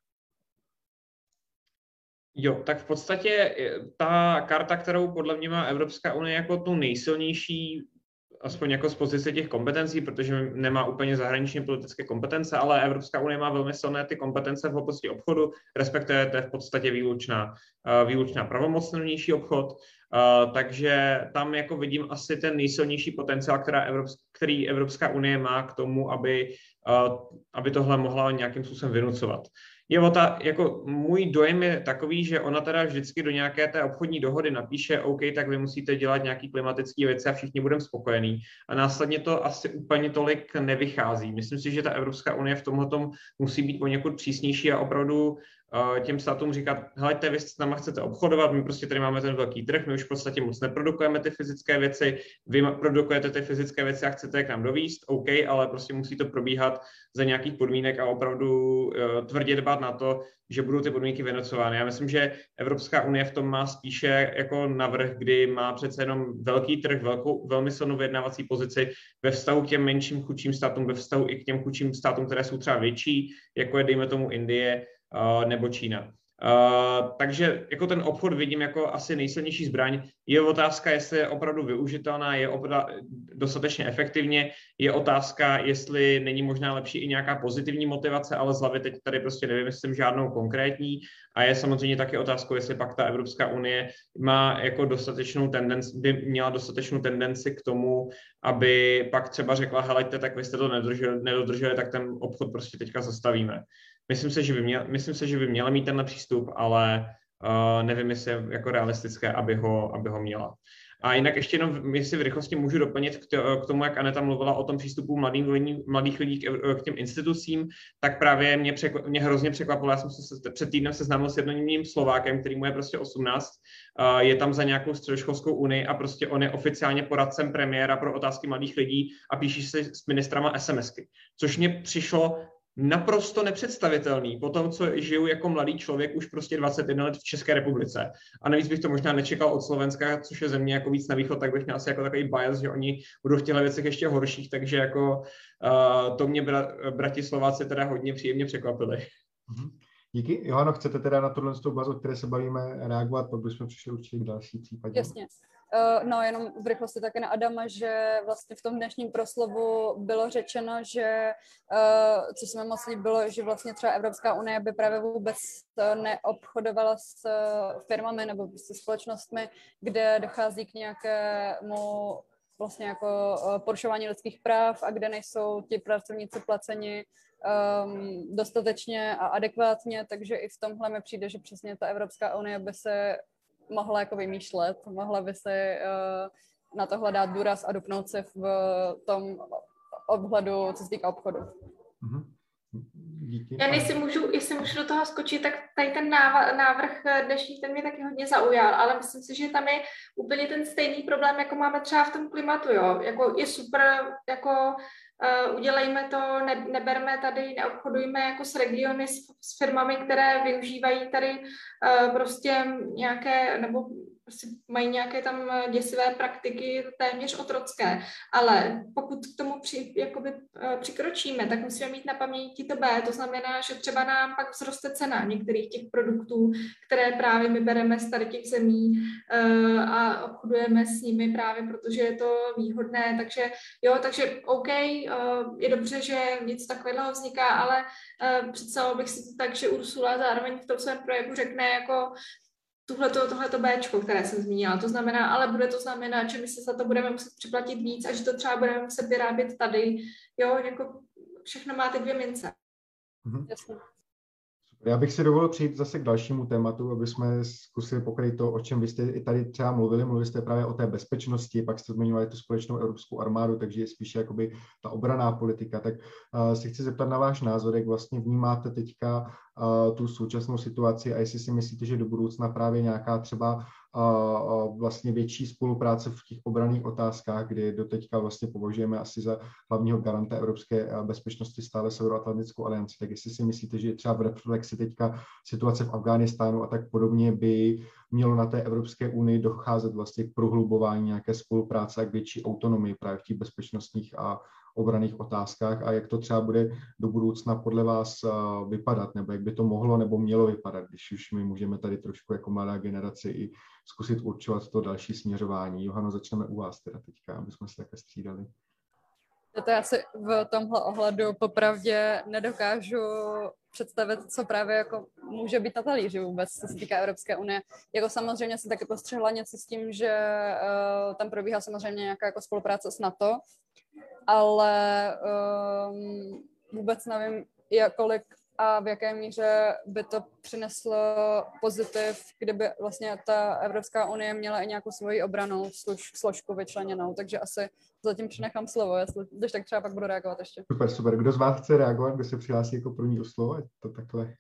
Jo, tak v podstatě ta karta, kterou podle mě má Evropská unie jako tu nejsilnější, aspoň jako z pozice těch kompetencí, protože nemá úplně zahraničně politické kompetence, ale Evropská unie má velmi silné ty kompetence v oblasti obchodu, respektive to je v podstatě výlučná pravomoc na vnější obchod Takže tam jako vidím asi ten nejsilnější potenciál, který Evropská unie má k tomu, aby tohle mohla nějakým způsobem vynucovat. Jako můj dojem je takový, že ona teda vždycky do nějaké té obchodní dohody napíše, OK, tak vy musíte dělat nějaký klimatické věci a všichni budeme spokojení. A následně to asi úplně tolik nevychází. Myslím si, že ta Evropská unie v tomhletom musí být poněkud přísnější a opravdu těm státům říkat, helejte, vy s náma chcete obchodovat, my prostě tady máme ten velký trh, my už v podstatě moc neprodukujeme ty fyzické věci, vy produkujete ty fyzické věci a chcete je k nám dovízt, OK, ale prostě musí to probíhat za nějakých podmínek a opravdu tvrdě dbát na to, že budou ty podmínky vynucovány. Já myslím, že Evropská unie v tom má spíše jako navrh, kdy má přece jenom velký trh, velmi silnou vyjednávací pozici ve vztahu k těm menším chudším státům, ve vztahu i k těm chudším státům, které jsou třeba větší, jako je dejme tomu Indie nebo Čína. Takže jako ten obchod vidím jako asi nejsilnější zbraň. Je otázka, jestli je opravdu využitelná, je dostatečně efektivně. Je otázka, jestli není možná lepší i nějaká pozitivní motivace, ale z hlavy teď tady prostě nevymyslím žádnou konkrétní. A je samozřejmě taky otázkou, jestli pak ta Evropská unie má jako by měla dostatečnou tendenci k tomu, aby pak třeba řekla, helejte, tak vy jste to nedodrželi, tak ten obchod prostě teďka zastavíme. Myslím se, že by měla mít tenhle přístup, ale nevím, jestli je jako realistické, aby ho měla. A jinak ještě jenom, jestli v rychlosti můžu doplnit k tomu, jak Aneta mluvila o tom přístupu mladých lidí k těm institucím, tak právě mě hrozně překvapilo. Já jsem se před týdnem seznámil s jedním Slovákem, který mu je prostě 18, je tam za nějakou středoškolskou unii a prostě on je oficiálně poradcem premiéra pro otázky mladých lidí a píší se s ministrama SMSky, což mě přišlo naprosto nepředstavitelný po tom, co žiju jako mladý člověk už prostě 21 let v České republice. A navíc bych to možná nečekal od Slovenska, což je země jako víc na východ, tak bych měl asi jako takový bias, že oni budou v těchto věcech ještě horších, takže jako to mě brati Slováci teda hodně příjemně překvapili. Díky. Johano, chcete teda na tohle oblast, o které se bavíme, reagovat, pak bychom přišli určitě k další případě. Jasně. No, jenom v rychlosti také na Adama, že vlastně v tom dnešním proslovu bylo řečeno, že, co se mi moc líbilo, že vlastně třeba Evropská unie by právě vůbec neobchodovala s firmami nebo se společnostmi, kde dochází k nějakému vlastně jako porušování lidských práv a kde nejsou ti pracovníci placeni dostatečně a adekvátně, takže i v tomhle mi přijde, že přesně ta Evropská unie by se mohla jako vymýšlet, mohla by se na tohle dát důraz a dupnout se v tom obhledu, co se týká obchodu. Díky. Já jestli můžu do toho skočit, tak tady ten návrh dnešní, ten mě taky hodně zaujal, ale myslím si, že tam je úplně ten stejný problém, jako máme třeba v tom klimatu, jo. Jako je super, jako udělejme to, neberme tady, neobchodujme jako s regiony, s firmami, které využívají tady prostě nějaké, nebo prostě mají nějaké tam děsivé praktiky téměř otrocké, ale pokud k tomu přikročíme, tak musíme mít na paměti to B, to znamená, že třeba nám pak vzroste cena některých těch produktů, které právě my bereme z tady těch zemí a obchodujeme s nimi právě, protože je to výhodné, takže OK, je dobře, že něco takového vzniká, ale představila bych si to tak, že Ursula zároveň v tom svém projevu řekne jako tohleto Bčko, které jsem zmínila. To znamená, ale bude to znamenat, že my se za to budeme muset připlatit víc a že to třeba budeme muset vyrábět tady. Jo, jako všechno má ty dvě mince. Jasně. Já bych si dovolil přijít zase k dalšímu tématu, aby jsme zkusili pokryt to, o čem vy jste i tady třeba mluvili jste právě o té bezpečnosti, pak jste zmiňovali tu společnou evropskou armádu, takže je spíše jakoby ta obranná politika. Tak se chci zeptat na váš názor, jak vlastně vnímáte teďka tu současnou situaci a jestli si myslíte, že do budoucna právě nějaká třeba vlastně větší spolupráce v těch obranných otázkách, kdy doteďka vlastně považujeme asi za hlavního garanta evropské bezpečnosti stále Severoatlantickou alianci, tak jestli si myslíte, že třeba v reflexi teďka situace v Afghánistánu a tak podobně by mělo na té Evropské unii docházet vlastně k prohlubování nějaké spolupráce a k větší autonomii právě v těch bezpečnostních a obranných otázkách a jak to třeba bude do budoucna podle vás vypadat, nebo jak by to mohlo nebo mělo vypadat, když už my můžeme tady trošku jako mladá generace i zkusit určovat to další směřování. Johano, začneme u vás teda teďka, aby jsme se také střídali. To já si v tomhle ohledu popravdě nedokážu představit, co právě jako může být na talíři vůbec, co se týká Evropské unie. Jako samozřejmě jsem taky postřehla něco s tím, že tam probíhá samozřejmě nějaká jako spolupráce s NATO, ale vůbec nevím, kolik a v jaké míře by to přineslo pozitiv, kdyby vlastně ta Evropská unie měla i nějakou svoji obranou složku vyčleněnou, takže asi zatím přenechám slovo, když tak třeba pak budu reagovat ještě. Super. Kdo z vás chce reagovat, kdo se přihlásí jako první o slovo? Je to takhle.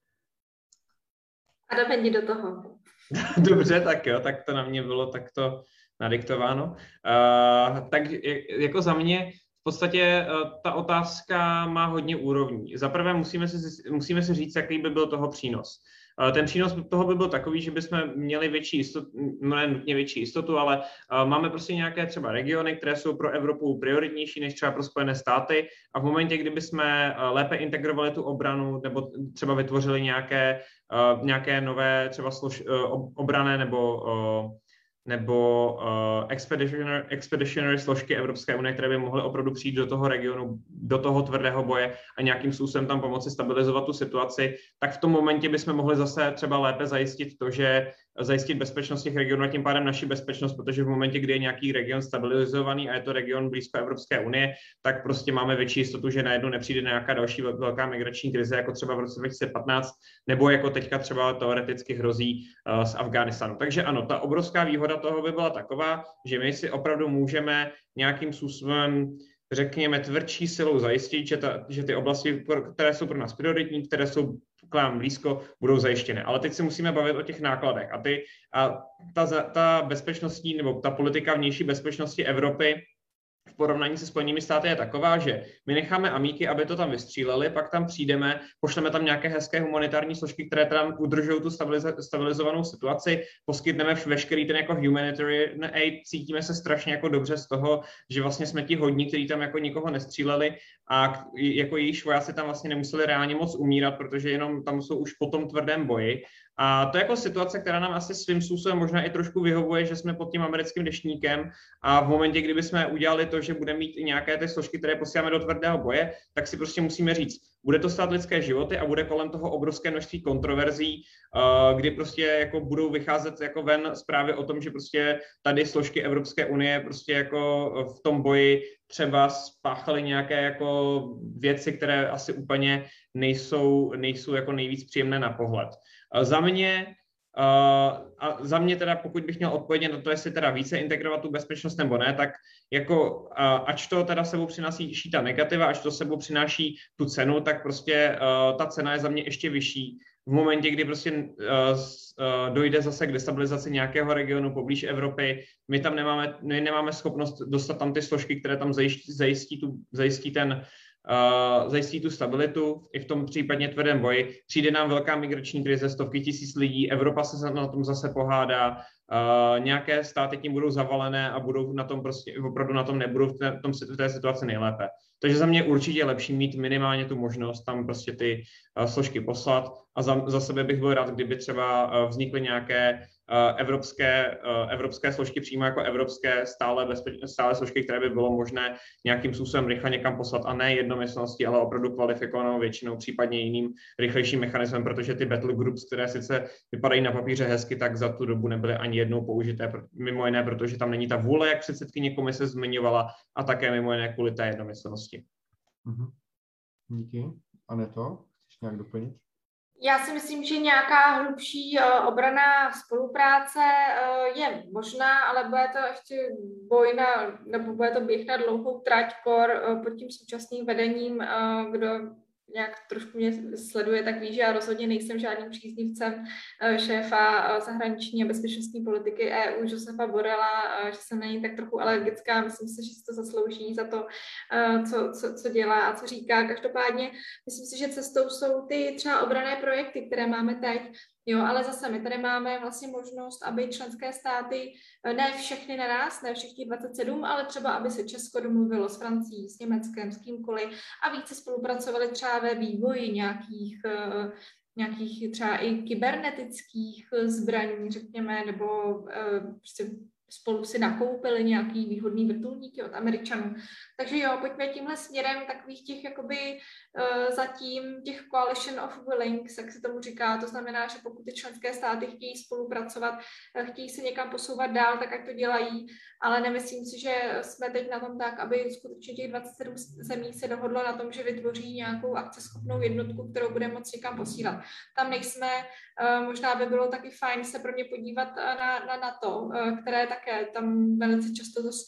Adam, jdi do toho. Dobře, tak jo, tak to na mě bylo takto nadiktováno. Tak jako za mě v podstatě ta otázka má hodně úrovní. Za prvé musíme si říct, jaký by byl toho přínos. Ten přínos toho by byl takový, že bychom měli větší jistotu, ne nutně větší jistotu, ale máme prostě nějaké třeba regiony, které jsou pro Evropu prioritnější než třeba pro Spojené státy a v momentě, kdyby jsme lépe integrovali tu obranu nebo třeba vytvořili nějaké nové třeba obranné nebo expeditionary složky Evropské unie, které by mohly opravdu přijít do toho regionu, do toho tvrdého boje a nějakým způsobem tam pomoci stabilizovat tu situaci, tak v tom momentě bychom mohli zase třeba lépe zajistit bezpečnost těch regionů a tím pádem naši bezpečnost, protože v momentě, kdy je nějaký region stabilizovaný a je to region blízko Evropské unie, tak prostě máme větší jistotu, že najednou nepřijde nějaká další velká migrační krize, jako třeba v roce 2015, nebo jako teďka třeba teoreticky hrozí z Afghánistánu. Takže ano, ta obrovská výhoda toho by byla taková, že my si opravdu můžeme nějakým způsobem, řekněme, tvrdší silou zajistit, že ty oblasti, které jsou pro nás prioritní, které jsou k nám blízko, budou zajištěny. Ale teď se musíme bavit o těch nákladech. A ta bezpečnostní nebo ta politika vnější bezpečnosti Evropy v porovnání se Spojenými státy je taková, že my necháme amíky, aby to tam vystříleli, pak tam přijdeme, pošleme tam nějaké hezké humanitární složky, které tam udržují tu stabilizovanou situaci, poskytneme veškerý ten jako humanitarian aid, cítíme se strašně jako dobře z toho, že vlastně jsme ti hodní, kteří tam jako nikoho nestříleli a jako jejich vojáci tam vlastně nemuseli reálně moc umírat, protože jenom tam jsou už po tom tvrdém boji. A to je jako situace, která nám asi svým způsobem možná i trošku vyhovuje, že jsme pod tím americkým deštníkem a v momentě, kdyby jsme udělali to, že budeme mít i nějaké ty složky, které posíláme do tvrdého boje, tak si prostě musíme říct, bude to stát lidské životy a bude kolem toho obrovské množství kontroverzí, kdy prostě jako budou vycházet jako ven zprávy o tom, že prostě tady složky Evropské unie prostě jako v tom boji třeba spáchaly nějaké jako věci, které asi úplně nejsou jako nejvíc příjemné na pohled. Za mě teda, pokud bych měl odpovědět na to, jestli teda více integrovat tu bezpečnost nebo ne, tak jako ač to teda sebou přináší ta negativa, ač to sebou přináší tu cenu, tak prostě ta cena je za mě ještě vyšší. V momentě, kdy prostě dojde zase k destabilizaci nějakého regionu poblíž Evropy, my nemáme schopnost dostat tam ty složky, které tam zajistí tu stabilitu i v tom případně tvrdém boji. Přijde nám velká migrační krize, stovky tisíc lidí, Evropa se na tom zase pohádá, nějaké státy tím budou zavalené a budou na tom prostě opravdu na tom nebudou v té situaci nejlépe. Takže za mě je určitě lepší mít minimálně tu možnost tam prostě ty složky poslat a za sebe bych byl rád, kdyby třeba vznikly nějaké evropské složky přímo jako evropské stále složky, které by bylo možné nějakým způsobem rychle někam poslat a ne jednomyslností, ale opravdu kvalifikovanou většinou, případně jiným rychlejším mechanismem, protože ty battle groups, které sice vypadají na papíře hezky, tak za tu dobu nebyly ani jednou použité, mimo jiné, protože tam není ta vůle, jak předsedkyně komise zmiňovala, a také mimo jiné kvůli té jednomyslnosti. Díky. Aneto, chceš nějak doplnit? Já si myslím, že nějaká hlubší obranná spolupráce je možná, ale bude to ještě nebo bude to běh na dlouhou trať pod tím současným vedením, kdo nějak trošku mě sleduje, tak ví, že já rozhodně nejsem žádným příznivcem šéfa zahraniční a bezpečnostní politiky EU, Josefa Borrella, že jsem na něj tak trochu alergická. Myslím si, že si to zaslouží za to, co dělá a co říká. Každopádně myslím si, že cestou jsou ty třeba obranné projekty, které máme teď. Jo, ale zase my tady máme vlastně možnost, aby členské státy, ne všechny naraz, ne všichni 27, ale třeba, aby se Česko domluvilo s Francií, s Německem, s kýmkoliv a více spolupracovali třeba ve vývoji nějakých třeba i kybernetických zbraní, řekněme, nebo prostě spolu si nakoupili nějaký výhodný vrtulníky od Američanů. Takže jo, pojďme tímhle směrem takových těch jakoby zatím těch coalition of willings, jak se tomu říká, to znamená, že pokud ty členské státy chtějí spolupracovat, chtějí se někam posouvat dál, tak ať to dělají, ale nemyslím si, že jsme teď na tom tak, aby skutečně těch 27 zemí se dohodlo na tom, že vytvoří nějakou akceschopnou jednotku, kterou bude moct někam posílat. Tam nejsme, možná by bylo taky fajn se pro mě podívat na NATO, které také tam velice často to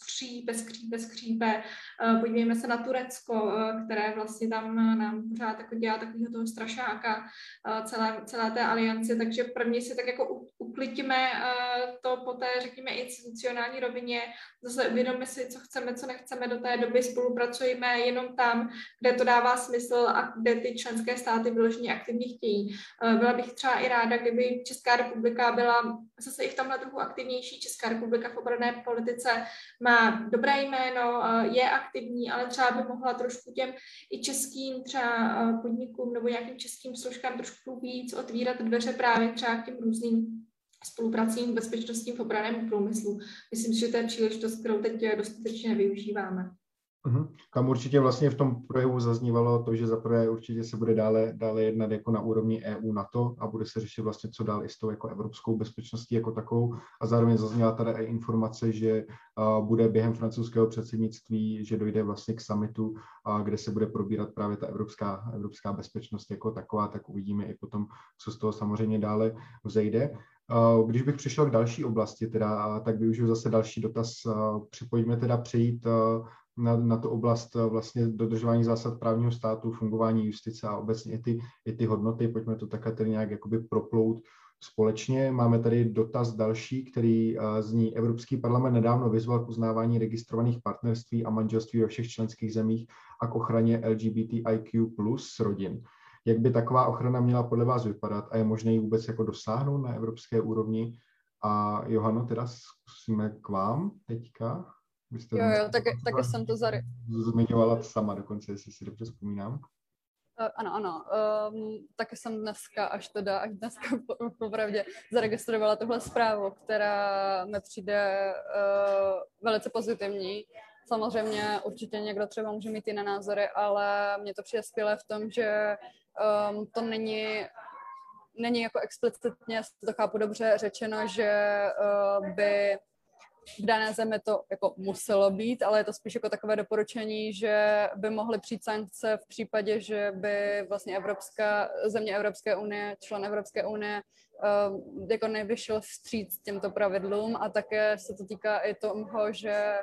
skřípe. Podívejme se na Turecko, které vlastně tam nám pořád jako dělá takového toho strašáka celé té alianci, takže prvně si tak jako uklidíme to po té, řekněme, institucionální rovině, zase uvědomíme si, co chceme, co nechceme do té doby, spolupracujeme jenom tam, kde to dává smysl a kde ty členské státy vyloženě aktivně chtějí. Byla bych třeba i ráda, kdyby Česká republika byla zase i v tomhle druhu aktivnější. Česká republika v obranné politice má dobré jméno, je aktivní, ale třeba by mohla trošku těm i českým třeba podnikům nebo nějakým českým složkám trošku víc otvírat dveře právě třeba k těm různým spolupracím v bezpečnostním v obranném průmyslu. Myslím si, že to je příležitost, kterou teď dostatečně nevyužíváme. Tam určitě vlastně v tom projevu zaznívalo to, že zaprvé určitě se bude dále jednat jako na úrovni EU NATO a bude se řešit vlastně, co dál i s tou jako evropskou bezpečností jako takovou. A zároveň zazněla tady i informace, že bude během francouzského předsednictví, že dojde vlastně k summitu, kde se bude probírat právě ta evropská bezpečnost jako taková, tak uvidíme i potom, co z toho samozřejmě dále vzejde. Když bych přišel k další oblasti, tak využiju zase další dotaz. Pojďme teda přejít na tu oblast vlastně dodržování zásad právního státu, fungování justice a obecně i ty hodnoty. Pojďme to takhle tedy nějak jakoby proplout společně. Máme tady dotaz další, který zní: Evropský parlament nedávno vyzval k uznávání registrovaných partnerství a manželství ve všech členských zemích a k ochraně LGBTIQ+ rodin. Jak by taková ochrana měla podle vás vypadat a je možné ji vůbec jako dosáhnout na evropské úrovni? A Johano, teda zkusíme k vám teďka. Jo, taky jsem to zmiňovala sama dokonce, jestli si dobře vzpomínám. Ano. Taky jsem až dneska popravdě zaregistrovala tuhle zprávu, která mi přijde velice pozitivní. Samozřejmě určitě někdo třeba může mít jiné názory, ale mně to přijde skvělé v tom, že to není jako explicitně, to chápu dobře, řečeno, že by v dané zemi to jako muselo být, ale je to spíš jako takové doporučení, že by mohly přijít sankce v případě, že by vlastně země Evropské unie, člen Evropské unie jako nevyšel vstříc těmto pravidlům, a také se to týká i toho, že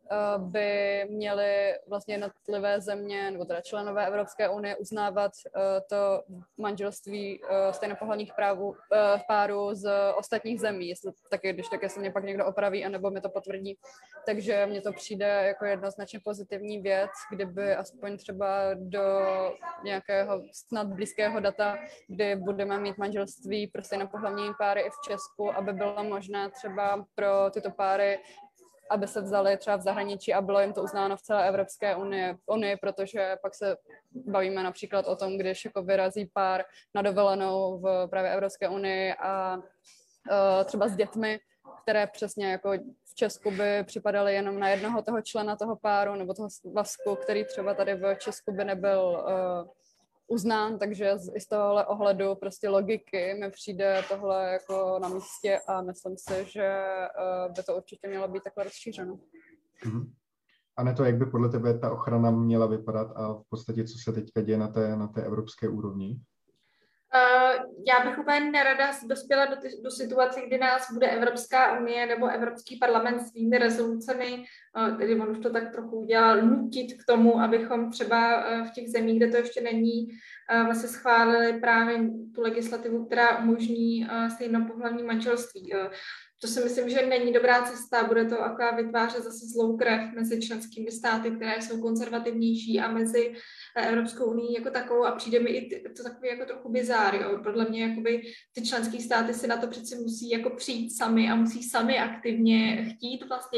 by měly vlastně jednotlivé země, nebo teda členové Evropské unie uznávat to manželství stejnopohlavních párů z ostatních zemí, když také se mě pak někdo opraví, anebo mi to potvrdí. Takže mně to přijde jako jednoznačně pozitivní věc, kdyby aspoň třeba do nějakého snad blízkého data, kdy budeme mít manželství pro stejnopohlavní páry i v Česku, aby bylo možné třeba pro tyto páry, aby se vzali třeba v zahraničí a bylo jim to uznáno v celé Evropské unii, protože pak se bavíme například o tom, když jako vyrazí pár na dovolenou v právě Evropské unii a třeba s dětmi, které přesně jako v Česku by připadaly jenom na jednoho toho člena toho páru nebo toho svazku, který třeba tady v Česku by nebyl uznán, takže i z tohohle ohledu prostě logiky mi přijde tohle jako na místě a myslím si, že by to určitě mělo být takhle rozšířeno. Aneto, jak by podle tebe ta ochrana měla vypadat a v podstatě co se teďka děje na té evropské úrovni? Já bych úplně nerada dospěla do situace, kdy nás bude Evropská unie nebo Evropský parlament svými rezolucemi, tedy on už to tak trochu udělal, nutit k tomu, abychom třeba v těch zemích, kde to ještě není, vlastně schválili právě tu legislativu, která umožní stejnopohlavní manželství. To si myslím, že není dobrá cesta, bude to akorát vytvářet zase zlou krev mezi členskými státy, které jsou konzervativnější, a mezi Evropskou unii jako takovou, a přijde mi i to takový jako trochu bizár, jo. Podle mě jakoby ty členské státy si na to přeci musí jako přijít sami a musí sami aktivně chtít vlastně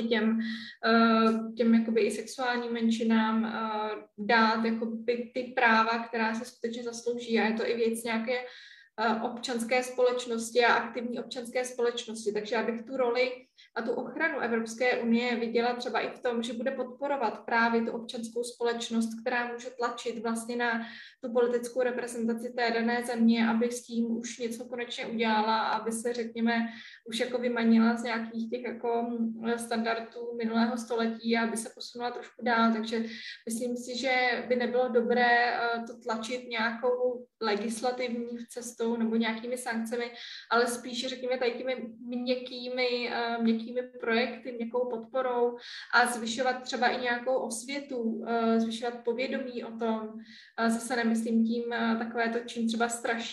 těm jakoby i sexuálním menšinám dát jakoby ty práva, která se skutečně zaslouží, a je to i věc nějaké občanské společnosti a aktivní občanské společnosti. Takže já bych tu roli a tu ochranu Evropské unie viděla třeba i v tom, že bude podporovat právě tu občanskou společnost, která může tlačit vlastně na tu politickou reprezentaci té dané země, aby s tím už něco konečně udělala, aby se, řekněme, už jako vymanila z nějakých těch jako standardů minulého století a aby se posunula trošku dál. Takže myslím si, že by nebylo dobré to tlačit nějakou legislativní cestou nebo nějakými sankcemi, ale spíše, řekněme, tady těmi měkkými projekty, měkkou podporou a zvyšovat třeba i nějakou osvětu, zvyšovat povědomí o tom. Zase nemyslím tím takové to, čím třeba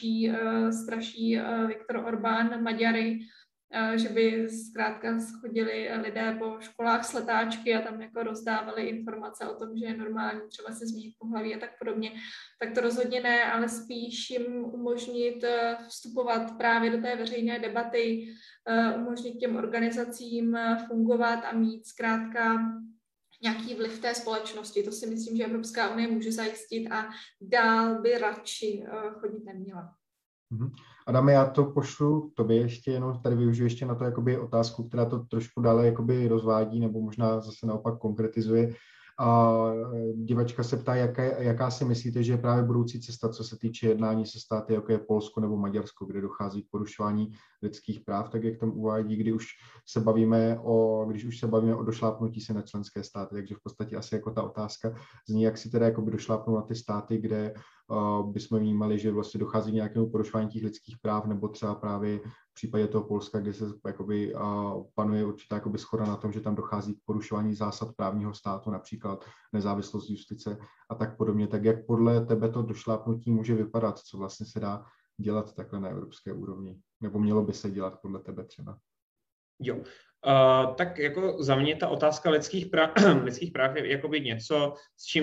straší Viktor Orbán Maďary, že by zkrátka chodili lidé po školách s letáčky a tam jako rozdávali informace o tom, že je normální třeba se změnit pohlaví a tak podobně. Tak to rozhodně ne, ale spíš jim umožnit vstupovat právě do té veřejné debaty, umožnit těm organizacím fungovat a mít zkrátka nějaký vliv té společnosti. To si myslím, že Evropská unie může zajistit a dál by radši chodit neměla. Adame, já to pošlu tobě ještě, jenom tady využiju ještě na to jakoby otázku, která to trošku dále jakoby rozvádí nebo možná zase naopak konkretizuje. A divačka se ptá, jaká si myslíte, že je právě budoucí cesta, co se týče jednání se státy, jako je Polsko nebo Maďarsko, kde dochází k porušování lidských práv, tak jak tam uvádí, když už se bavíme o došlápnutí se na členské státy. Takže v podstatě asi jako ta otázka zní, jak si teda jakoby došlápnou na ty státy, kde bychom vnímali, že vlastně dochází k nějakému porušování těch lidských práv, nebo třeba právě v případě toho Polska, kde se jakoby panuje určitá jakoby shoda na tom, že tam dochází k porušování zásad právního státu, například nezávislost justice a tak podobně. Tak jak podle tebe to došlápnutí může vypadat, co vlastně se dá dělat takhle na evropské úrovni? Nebo mělo by se dělat podle tebe třeba? Jo. Tak jako za mě ta otázka lidských práv je jakoby něco,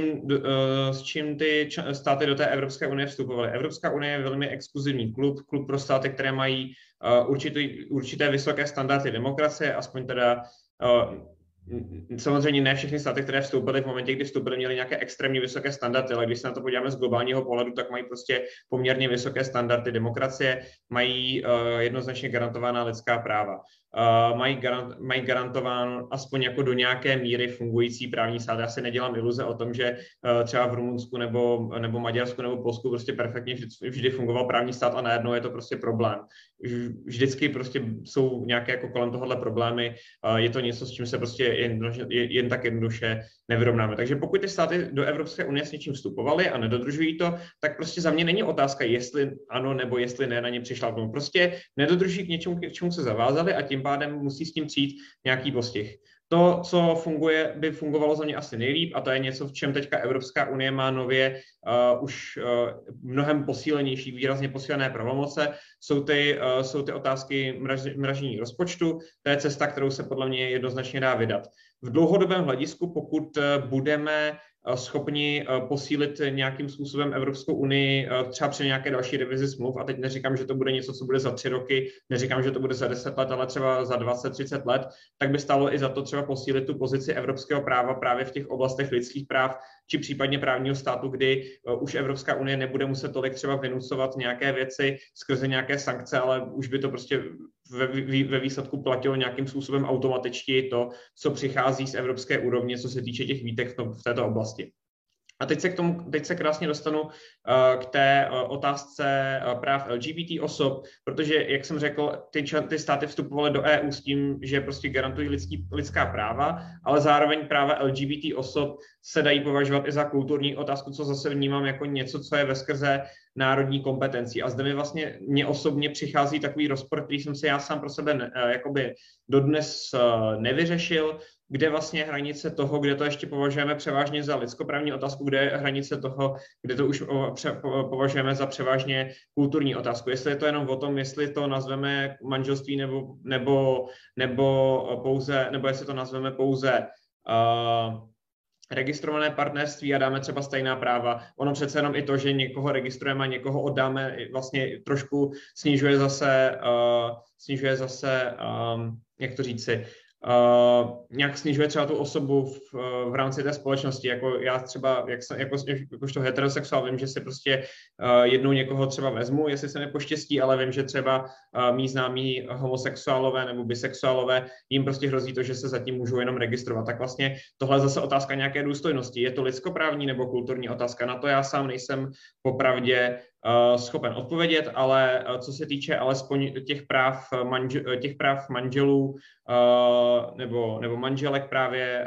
s čím ty státy do té Evropské unie vstupovaly. Evropská unie je velmi exkluzivní klub pro státy, které mají určité vysoké standardy demokracie, aspoň teda samozřejmě ne všechny státy, které vstoupily v momentě, kdy vstoupily, měly nějaké extrémně vysoké standardy, ale když se na to podíváme z globálního pohledu, tak mají prostě poměrně vysoké standardy mají jednoznačně garantovaná lidská práva. Mají garantován aspoň jako do nějaké míry fungující právní stát. Já si nedělám iluze o tom, že třeba v Rumunsku nebo Maďarsku nebo Polsku prostě perfektně vždy fungoval právní stát a najednou je to prostě problém. Vždycky prostě jsou nějaké jako kolem tohohle problémy. Je to něco, s čím se prostě jen tak jednoduše nevyrovnáme. Takže pokud ty státy do Evropské unie s něčím vstupovaly a nedodržují to, tak prostě za mě není otázka, jestli ano nebo jestli ne na ně přišla. Prostě nedodržují k čemu se zavázali a tím pádem musí s tím přijít nějaký postih. To, co by fungovalo za mě asi nejlíp, a to je něco, v čem teďka Evropská unie má nově už mnohem posílenější, výrazně posílené pravomoce, jsou ty otázky mražení rozpočtu. To je cesta, kterou se podle mě jednoznačně dá vydat. V dlouhodobém hledisku, pokud budeme schopni posílit nějakým způsobem Evropskou unii třeba při nějaké další revizi smluv, a teď neříkám, že to bude něco, co bude za 3 roky, neříkám, že to bude za 10 let, ale třeba za 20-30 let, tak by stálo i za to třeba posílit tu pozici evropského práva právě v těch oblastech lidských práv, či případně právního státu, kdy už Evropská unie nebude muset tolik třeba vynucovat nějaké věci skrze nějaké sankce, ale už by to prostě ve výsledku platilo nějakým způsobem automatičtěji to, co přichází z evropské úrovně, co se týče těch výtek v této oblasti. A teď se krásně dostanu k té otázce práv LGBT osob, protože, jak jsem řekl, ty státy vstupovaly do EU s tím, že prostě garantují lidská práva, ale zároveň práva LGBT osob se dají považovat i za kulturní otázku, co zase vnímám jako něco, co je veskrze národní kompetencí. A zde mě osobně přichází takový rozpor, který jsem si já sám pro sebe jakoby dodnes nevyřešil, kde vlastně hranice toho, kde to ještě považujeme převážně za lidskoprávní otázku, kde je hranice toho, kde to už považujeme za převážně kulturní otázku. Jestli je to jenom o tom, jestli to nazveme manželství nebo jestli to nazveme pouze registrované partnerství a dáme třeba stejná práva. Ono přece jenom i to, že někoho registrujeme a někoho oddáme, vlastně trošku snižuje zase jak to říci, nějak snižuje třeba tu osobu v rámci té společnosti. Jako já třeba, jakožto heterosexuál, vím, že si prostě jednou někoho třeba vezmu, jestli se nepoštěstí, ale vím, že třeba mý známí homosexuálové nebo bisexuálové, jim prostě hrozí to, že se zatím můžou jenom registrovat. Tak vlastně tohle je zase otázka nějaké důstojnosti. Je to lidskoprávní nebo kulturní otázka? Na to já sám nejsem popravdě schopen odpovědět, ale co se týče alespoň těch práv manželů nebo manželek právě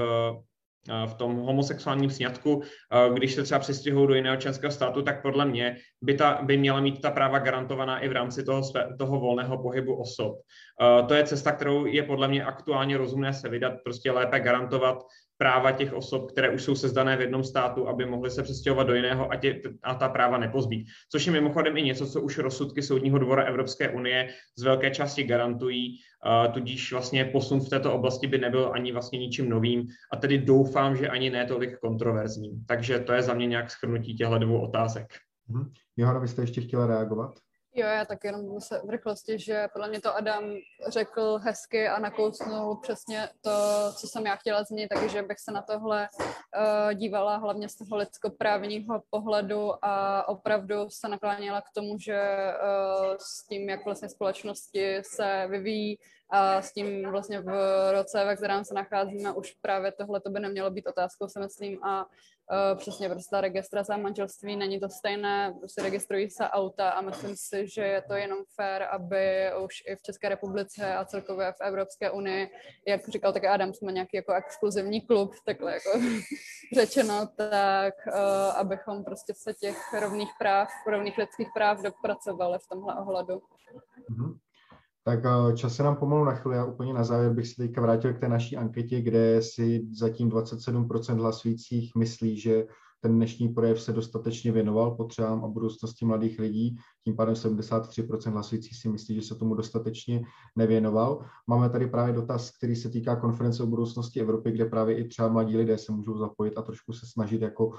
v tom homosexuálním sňatku, když se třeba přestěhují do jiného členského státu, tak podle mě by měla mít ta práva garantovaná i v rámci toho volného pohybu osob. To je cesta, kterou je podle mě aktuálně rozumné se vydat, prostě lépe garantovat práva těch osob, které už jsou sezdané v jednom státu, aby mohly se přestěhovat do jiného a ta práva nepozbít. Což je mimochodem i něco, co už rozsudky Soudního dvora Evropské unie z velké části garantují, tudíž vlastně posun v této oblasti by nebyl ani vlastně ničím novým a tedy doufám, že ani ne tolik kontroverzním. Takže to je za mě nějak shrnutí těchto dvou otázek. Johana, vy jste ještě chtěla reagovat? Jo, já tak jenom v rychlosti, že podle mě to Adam řekl hezky a nakousnul přesně to, co jsem já chtěla zmínit, takže bych se na tohle dívala hlavně z toho lidskoprávního pohledu a opravdu se nakláněla k tomu, že s tím, jak vlastně společnosti se vyvíjí a s tím vlastně v roce, ve kterém se nacházíme, už právě tohle to by nemělo být otázkou, si myslím, a přesně prostě ta registrace manželství není to stejné, prostě registrují se auta a myslím si, že je to jenom fair, aby už i v České republice a celkově v Evropské unii, jak říkal také Adam, jsme nějaký jako exkluzivní klub, takhle jako řečeno, tak abychom prostě se těch rovných lidských práv dopracovali v tomhle ohledu. Mm-hmm. Tak čas se nám pomalu nachyluje. Já úplně na závěr bych se teďka vrátil k té naší anketě, kde si zatím 27% hlasujících myslí, že ten dnešní projev se dostatečně věnoval potřebám a budoucnosti mladých lidí. Tím pádem 73% hlasujících si myslí, že se tomu dostatečně nevěnoval. Máme tady právě dotaz, který se týká konference o budoucnosti Evropy, kde právě i třeba mladí lidé se můžou zapojit a trošku se snažit jako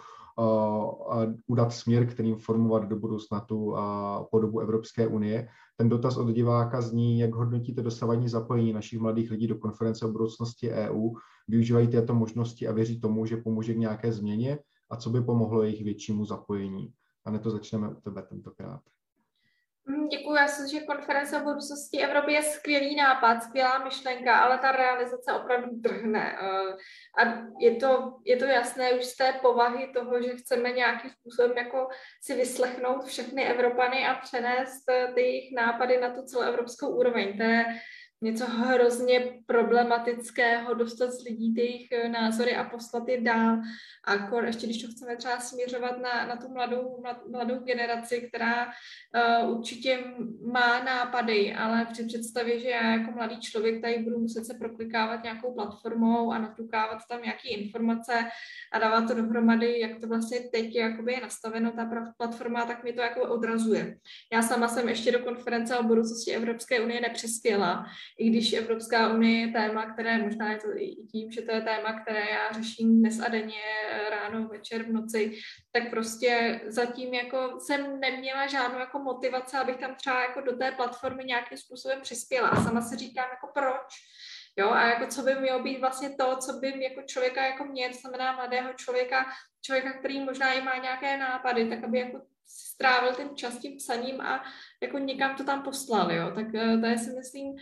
udat směr, kterým formovat do budoucna tu podobu Evropské unie. Ten dotaz od diváka zní, jak hodnotíte dosavadní zapojení našich mladých lidí do konference o budoucnosti EU, využívají této možnosti a věří tomu, že pomůže k nějaké změně a co by pomohlo jejich většímu zapojení. A to začneme u tebe tentokrát. Děkuji, já si, že konference o budoucnosti Evropy je skvělý nápad, skvělá myšlenka, ale ta realizace opravdu drhne. A je to jasné už z té povahy toho, že chceme nějakým způsobem jako si vyslechnout všechny Evropany a přenést ty jejich nápady na tu celoevropskou úroveň. To je něco hrozně problematického, dostat z lidí ty jejich názory a poslat je dál. A ještě když to chceme třeba směřovat na tu mladou generaci, která určitě má nápady, ale při představě, že já jako mladý člověk tady budu muset se proklikávat nějakou platformou a natukávat tam nějaké informace a dávat to dohromady, jak to vlastně teď jakoby je nastaveno, ta platforma, tak mi to jako odrazuje. Já sama jsem ještě do konference o budoucnosti Evropské unie nepřispěla, i když Evropská unie je téma, které možná je to i tím, že to je téma, které já řeším dnes a denně, ráno, večer, v noci, tak prostě zatím jako jsem neměla žádnou jako motivaci, abych tam třeba jako do té platformy nějakým způsobem přispěla. A sama si říkám jako proč. Jo, a jako co by mělo být vlastně to, co by jako člověka jako mě, to znamená mladého člověka, který možná i má nějaké nápady, tak aby jako strávil ten čas tím psaním a jako někam to tam poslal, jo. Tak to je si myslím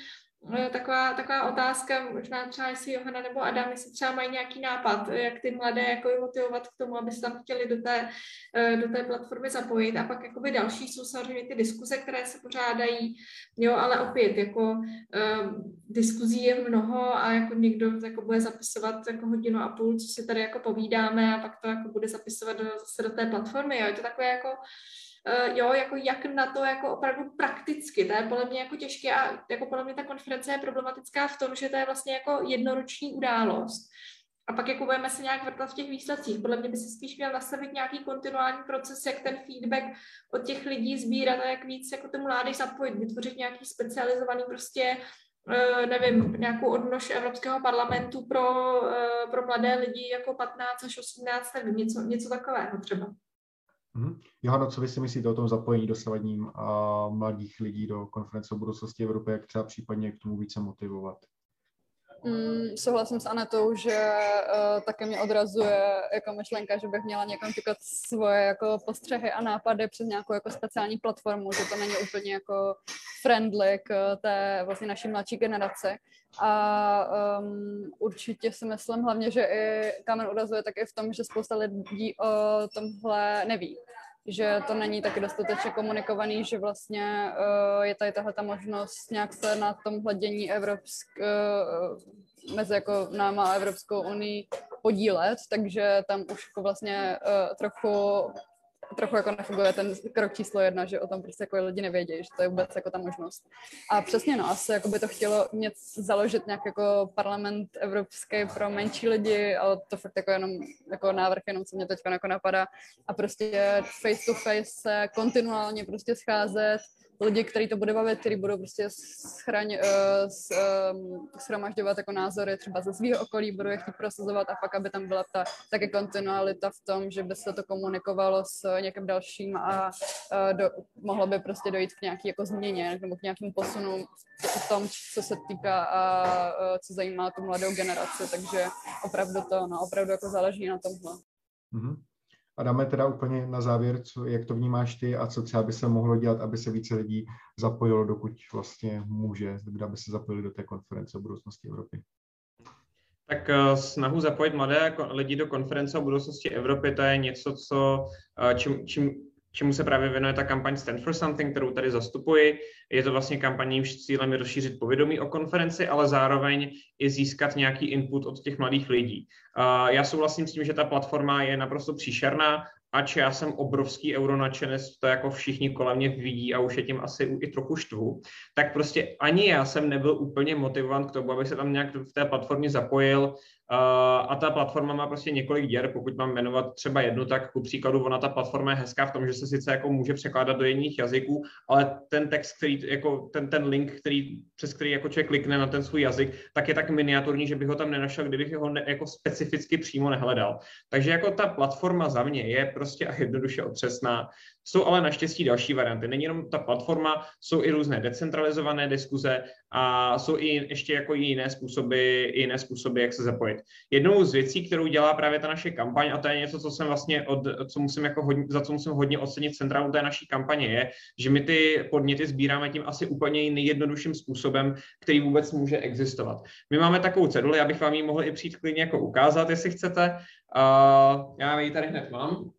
taková otázka, možná třeba jestli Johana nebo Adam, jestli třeba mají nějaký nápad, jak ty mladé jako motivovat k tomu, aby se tam chtěli do té platformy zapojit. A pak jakoby další jsou samozřejmě ty diskuze, které se pořádají, jo, ale opět jako diskuzí je mnoho a jako někdo jako bude zapisovat jako 1.5 hodiny, co si tady jako povídáme a pak to jako bude zapisovat zase do té platformy, jo, je to takové jako jo, jako jak na to jako opravdu prakticky, to je podle mě jako těžké a jako podle mě ta konference je problematická v tom, že to je vlastně jako jednoroční událost. A pak jako budeme se nějak vrtat v těch výsledcích. Podle mě by se spíš měl nastavit nějaký kontinuální proces, jak ten feedback od těch lidí sbírat a jak víc jako tomu mládež zapojit, vytvořit nějaký specializovaný prostě nevím, nějakou odnož Evropského parlamentu pro mladé lidi jako 15 až 18, nevím, něco takového třeba. Johano, co vy si myslíte o tom zapojení dosavadním mladých lidí do konference o budoucnosti Evropy, jak třeba případně k tomu více motivovat? Souhlasím s Anetou, že také mě odrazuje jako myšlenka, že bych měla někam týkat svoje jako postřehy a nápady přes nějakou jako speciální platformu, že to není úplně jako friendly k té vlastně naší mladší generaci. A určitě si myslím hlavně, že i kámen odrazuje tak i v tom, že spousta lidí o tomhle neví. Že to není taky dostatečně komunikovaný, že vlastně je tady tahleta možnost nějak se na tom hladění mezi jako náma a Evropskou unii podílet, takže tam už jako vlastně trochu jako nefunguje ten krok číslo 1, že o tom prostě jako lidi nevědí, že to je vůbec jako ta možnost. A přesně no, asi jako by to chtělo založit nějak jako parlament evropský pro menší lidi, ale to fakt jako jenom jako návrh, jenom co mě teď jako napadá. A prostě face to face se kontinuálně prostě scházet, lidi, který to bude bavit, kteří budou prostě shromažďovat jako názory třeba ze svého okolí, budou je chtít prosazovat a pak, aby tam byla ta také kontinualita v tom, že by se to komunikovalo s někým dalším a mohlo by prostě dojít k nějaký jako změně nebo k nějakým posunům v tom, co se týká a co zajímá tu mladou generaci, takže opravdu jako záleží na tomhle. Mm-hmm. A dáme teda úplně na závěr, jak to vnímáš ty a co třeba by se mohlo dělat, aby se více lidí zapojilo, dokud vlastně může, aby se zapojili do té konference o budoucnosti Evropy. Tak snahu zapojit mladé lidi do konference o budoucnosti Evropy, to je něco, čemu se právě věnuje ta kampaň Stand for Something, kterou tady zastupuji. Je to vlastně kampaň, jejímž cílem je rozšířit povědomí o konferenci, ale zároveň i získat nějaký input od těch mladých lidí. Já souhlasím s tím, že ta platforma je naprosto příšerná, ač já jsem obrovský euronadšenec, to jako všichni kolem mě vidí a už je tím asi i trochu štvu, tak prostě ani já jsem nebyl úplně motivován k tomu, abych se tam nějak v té platformě zapojil. A ta platforma má prostě několik děr, pokud mám jmenovat třeba jednu, tak ku příkladu ona ta platforma je hezká v tom, že se sice jako může překládat do jiných jazyků, ale ten text, který jako ten link, přes který jako člověk klikne na ten svůj jazyk, tak je tak miniaturní, že bych ho tam nenašel, kdybych ho jako specificky přímo nehledal. Takže jako ta platforma za mě je prostě a jednoduše otřesná. Jsou ale naštěstí další varianty. Není jenom ta platforma, jsou i různé decentralizované diskuze a jsou i ještě jako jiné způsoby, jak se zapojit. Jednou z věcí, kterou dělá právě ta naše kampaň, a to je něco, co jsem vlastně za co musím hodně ocenit centrálu té naší kampaně, je, že my ty podněty sbíráme tím asi úplně nejjednodušším způsobem, který vůbec může existovat. My máme takovou ceduli, já bych vám ji mohl i přijít klidně jako ukázat, jestli chcete. Já ji tady hned mám.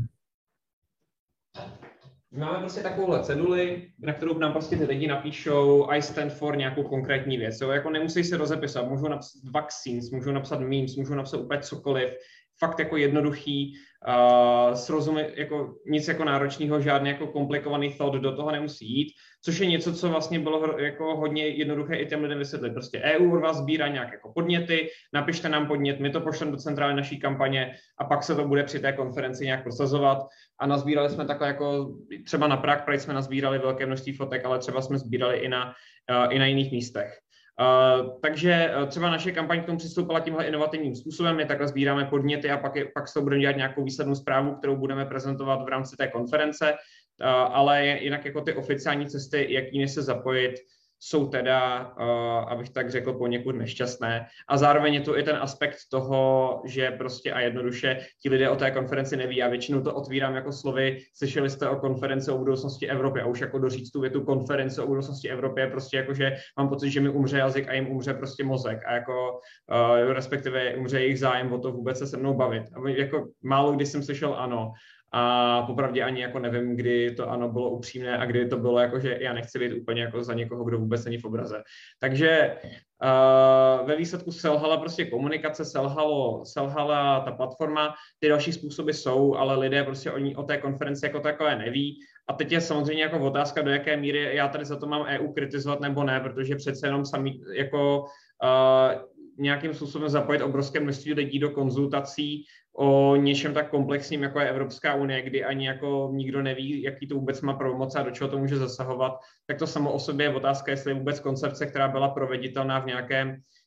Máme prostě takovouhle ceduli, na kterou nám prostě ty lidi napíšou I stand for nějakou konkrétní věc. Jo? Jako nemusí se rozepisovat, můžou napsat vaccines, můžou napsat memes, můžou napsat úplně cokoliv. Fakt jako jednoduchý, srozumit, jako nic jako náročného, žádný jako komplikovaný thought do toho nemusí jít, což je něco, co vlastně bylo jako hodně jednoduché i těm lidem vysvětlit. Prostě EU od vás sbírá nějak jako podněty, napište nám podnět, my to pošleme do centrály naší kampaně a pak se to bude při té konferenci nějak prosazovat. A nazbírali jsme takhle jako, třeba na Prague Pride jsme nazbírali velké množství fotek, ale třeba jsme sbírali i na jiných místech. Takže třeba naše kampaň k tomu přistoupila tímhle inovativním způsobem, my takhle sbíráme podněty a pak s toho budeme dělat nějakou výslednou zprávu, kterou budeme prezentovat v rámci té konference, ale jinak jako ty oficiální cesty, jakými se zapojit, jsou teda, abych tak řekl, poněkud nešťastné. A zároveň je tu i ten aspekt toho, že prostě a jednoduše ti lidé o té konferenci neví. Já většinou to otvírám jako slovy, slyšeli jste o konferenci o budoucnosti Evropy a už jako doříct tu větu konference o budoucnosti Evropy je prostě jako, že mám pocit, že mi umře jazyk a jim umře prostě mozek a jako respektive umře jejich zájem o to vůbec se mnou bavit. A jako málo kdy jsem slyšel ano. A popravdě ani jako nevím, kdy to ano bylo upřímné a kdy to bylo jako, že já nechci být úplně jako za někoho, kdo vůbec není v obraze. Takže ve výsledku selhala prostě komunikace, selhala ta platforma, ty další způsoby jsou, ale lidé prostě o té konferenci jako takové neví. A teď je samozřejmě jako otázka, do jaké míry já tady za to mám EU kritizovat nebo ne, protože přece jenom sami jako nějakým způsobem zapojit obrovské množství lidí do konzultací o něčem tak komplexním, jako je Evropská unie, kdy ani jako nikdo neví, jaký to vůbec má pravomoc a do čeho to může zasahovat, tak to samo o sobě je otázka, jestli je vůbec koncepce, která byla proveditelná v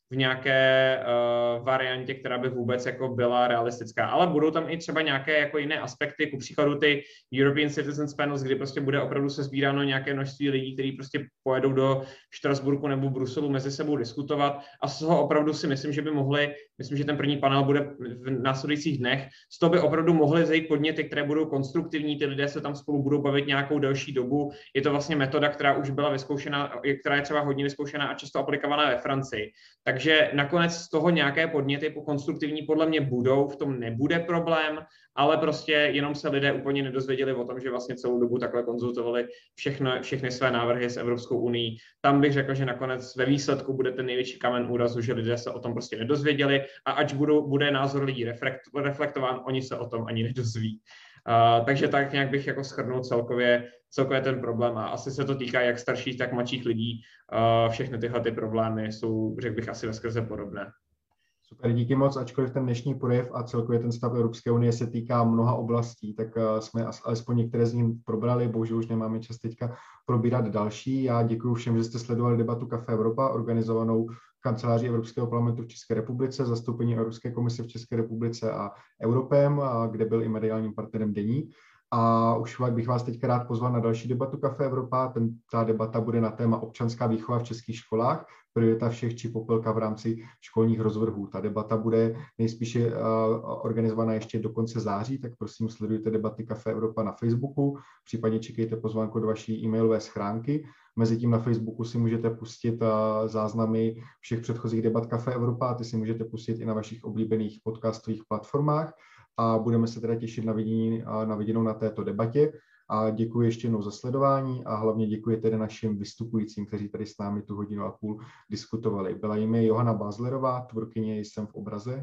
v nějaké variantě, která by vůbec jako byla realistická. Ale budou tam i třeba nějaké jako jiné aspekty, ku příkladu ty European Citizens Panels, kdy prostě bude opravdu se sbíráno nějaké množství lidí, kteří prostě pojedou do Štrasburku nebo Bruselu mezi sebou diskutovat a z toho opravdu si myslím, že by mohli, myslím, že ten první panel bude v následujících dnech, z toho by opravdu mohly zajít podněty, které budou konstruktivní, ty lidé se tam spolu budou bavit nějakou delší dobu. Je to vlastně metoda, která už byla vyzkoušena, která je třeba hodně vyzkoušená a často aplikovaná ve Francii. Takže nakonec z toho nějaké podněty konstruktivní podle mě budou, v tom nebude problém, ale prostě jenom se lidé úplně nedozvěděli o tom, že vlastně celou dobu takhle konzultovali všechny své návrhy s Evropskou unií. Tam bych řekl, že nakonec ve výsledku bude ten největší kamen úrazu, že lidé se o tom prostě nedozvěděli a ač bude názor lidí reflektován, oni se o tom ani nedozví. Takže tak nějak bych jako shrnul celkově ten problém a asi se to týká jak starších, tak mladších lidí. Všechny tyhle ty problémy jsou, řekl bych, asi veskrze podobné. Super, díky moc, ačkoliv ten dnešní projev a celkově ten stav Evropské unie se týká mnoha oblastí, tak jsme alespoň některé z nich probrali, bohužel už nemáme čas teďka probírat další. Já děkuji všem, že jste sledovali debatu Café Evropa, organizovanou kanceláří Evropského parlamentu v České republice, zastoupení Evropské komise v České republice a Europem, kde byl i mediálním partnerem Deník. A už bych vás teďka rád pozval na další debatu Café Evropa. Ta debata bude na téma občanská výchova v českých školách, priorita všech či popelka v rámci školních rozvrhů. Ta debata bude nejspíše organizovaná ještě do konce září, tak prosím sledujte debaty Café Evropa na Facebooku, případně čekejte pozvánku do vaší e-mailové schránky. Mezitím na Facebooku si můžete pustit záznamy všech předchozích debat Café Evropa a ty si můžete pustit i na vašich oblíbených podcastových platformách. A budeme se teda těšit na viděnou na této debatě. A děkuji ještě jednou za sledování a hlavně děkuji tedy našim vystupujícím, kteří tady s námi tu hodinu a půl diskutovali. Byla jimi Johana Bázlerová, tvůrkyně Jsem v obraze.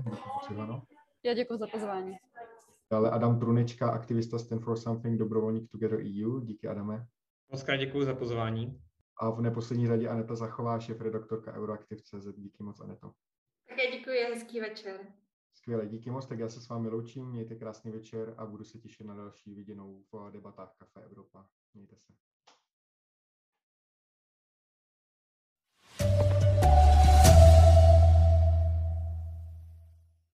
Já děkuji za pozvání. Dále Adam Trunečka, aktivista Stand for Something, dobrovolník Together EU. Díky, Adame. Moc děkuji za pozvání. A v neposlední řadě Aneta Zachová, šéfredaktorka Euroaktiv.cz. Díky moc, Aneto. Také děkuji, hezký večer. Skvěle, díky moc, tak já se s vámi loučím, mějte krásný večer a budu se těšit na další viděnou v debatách Café Evropa. Mějte se.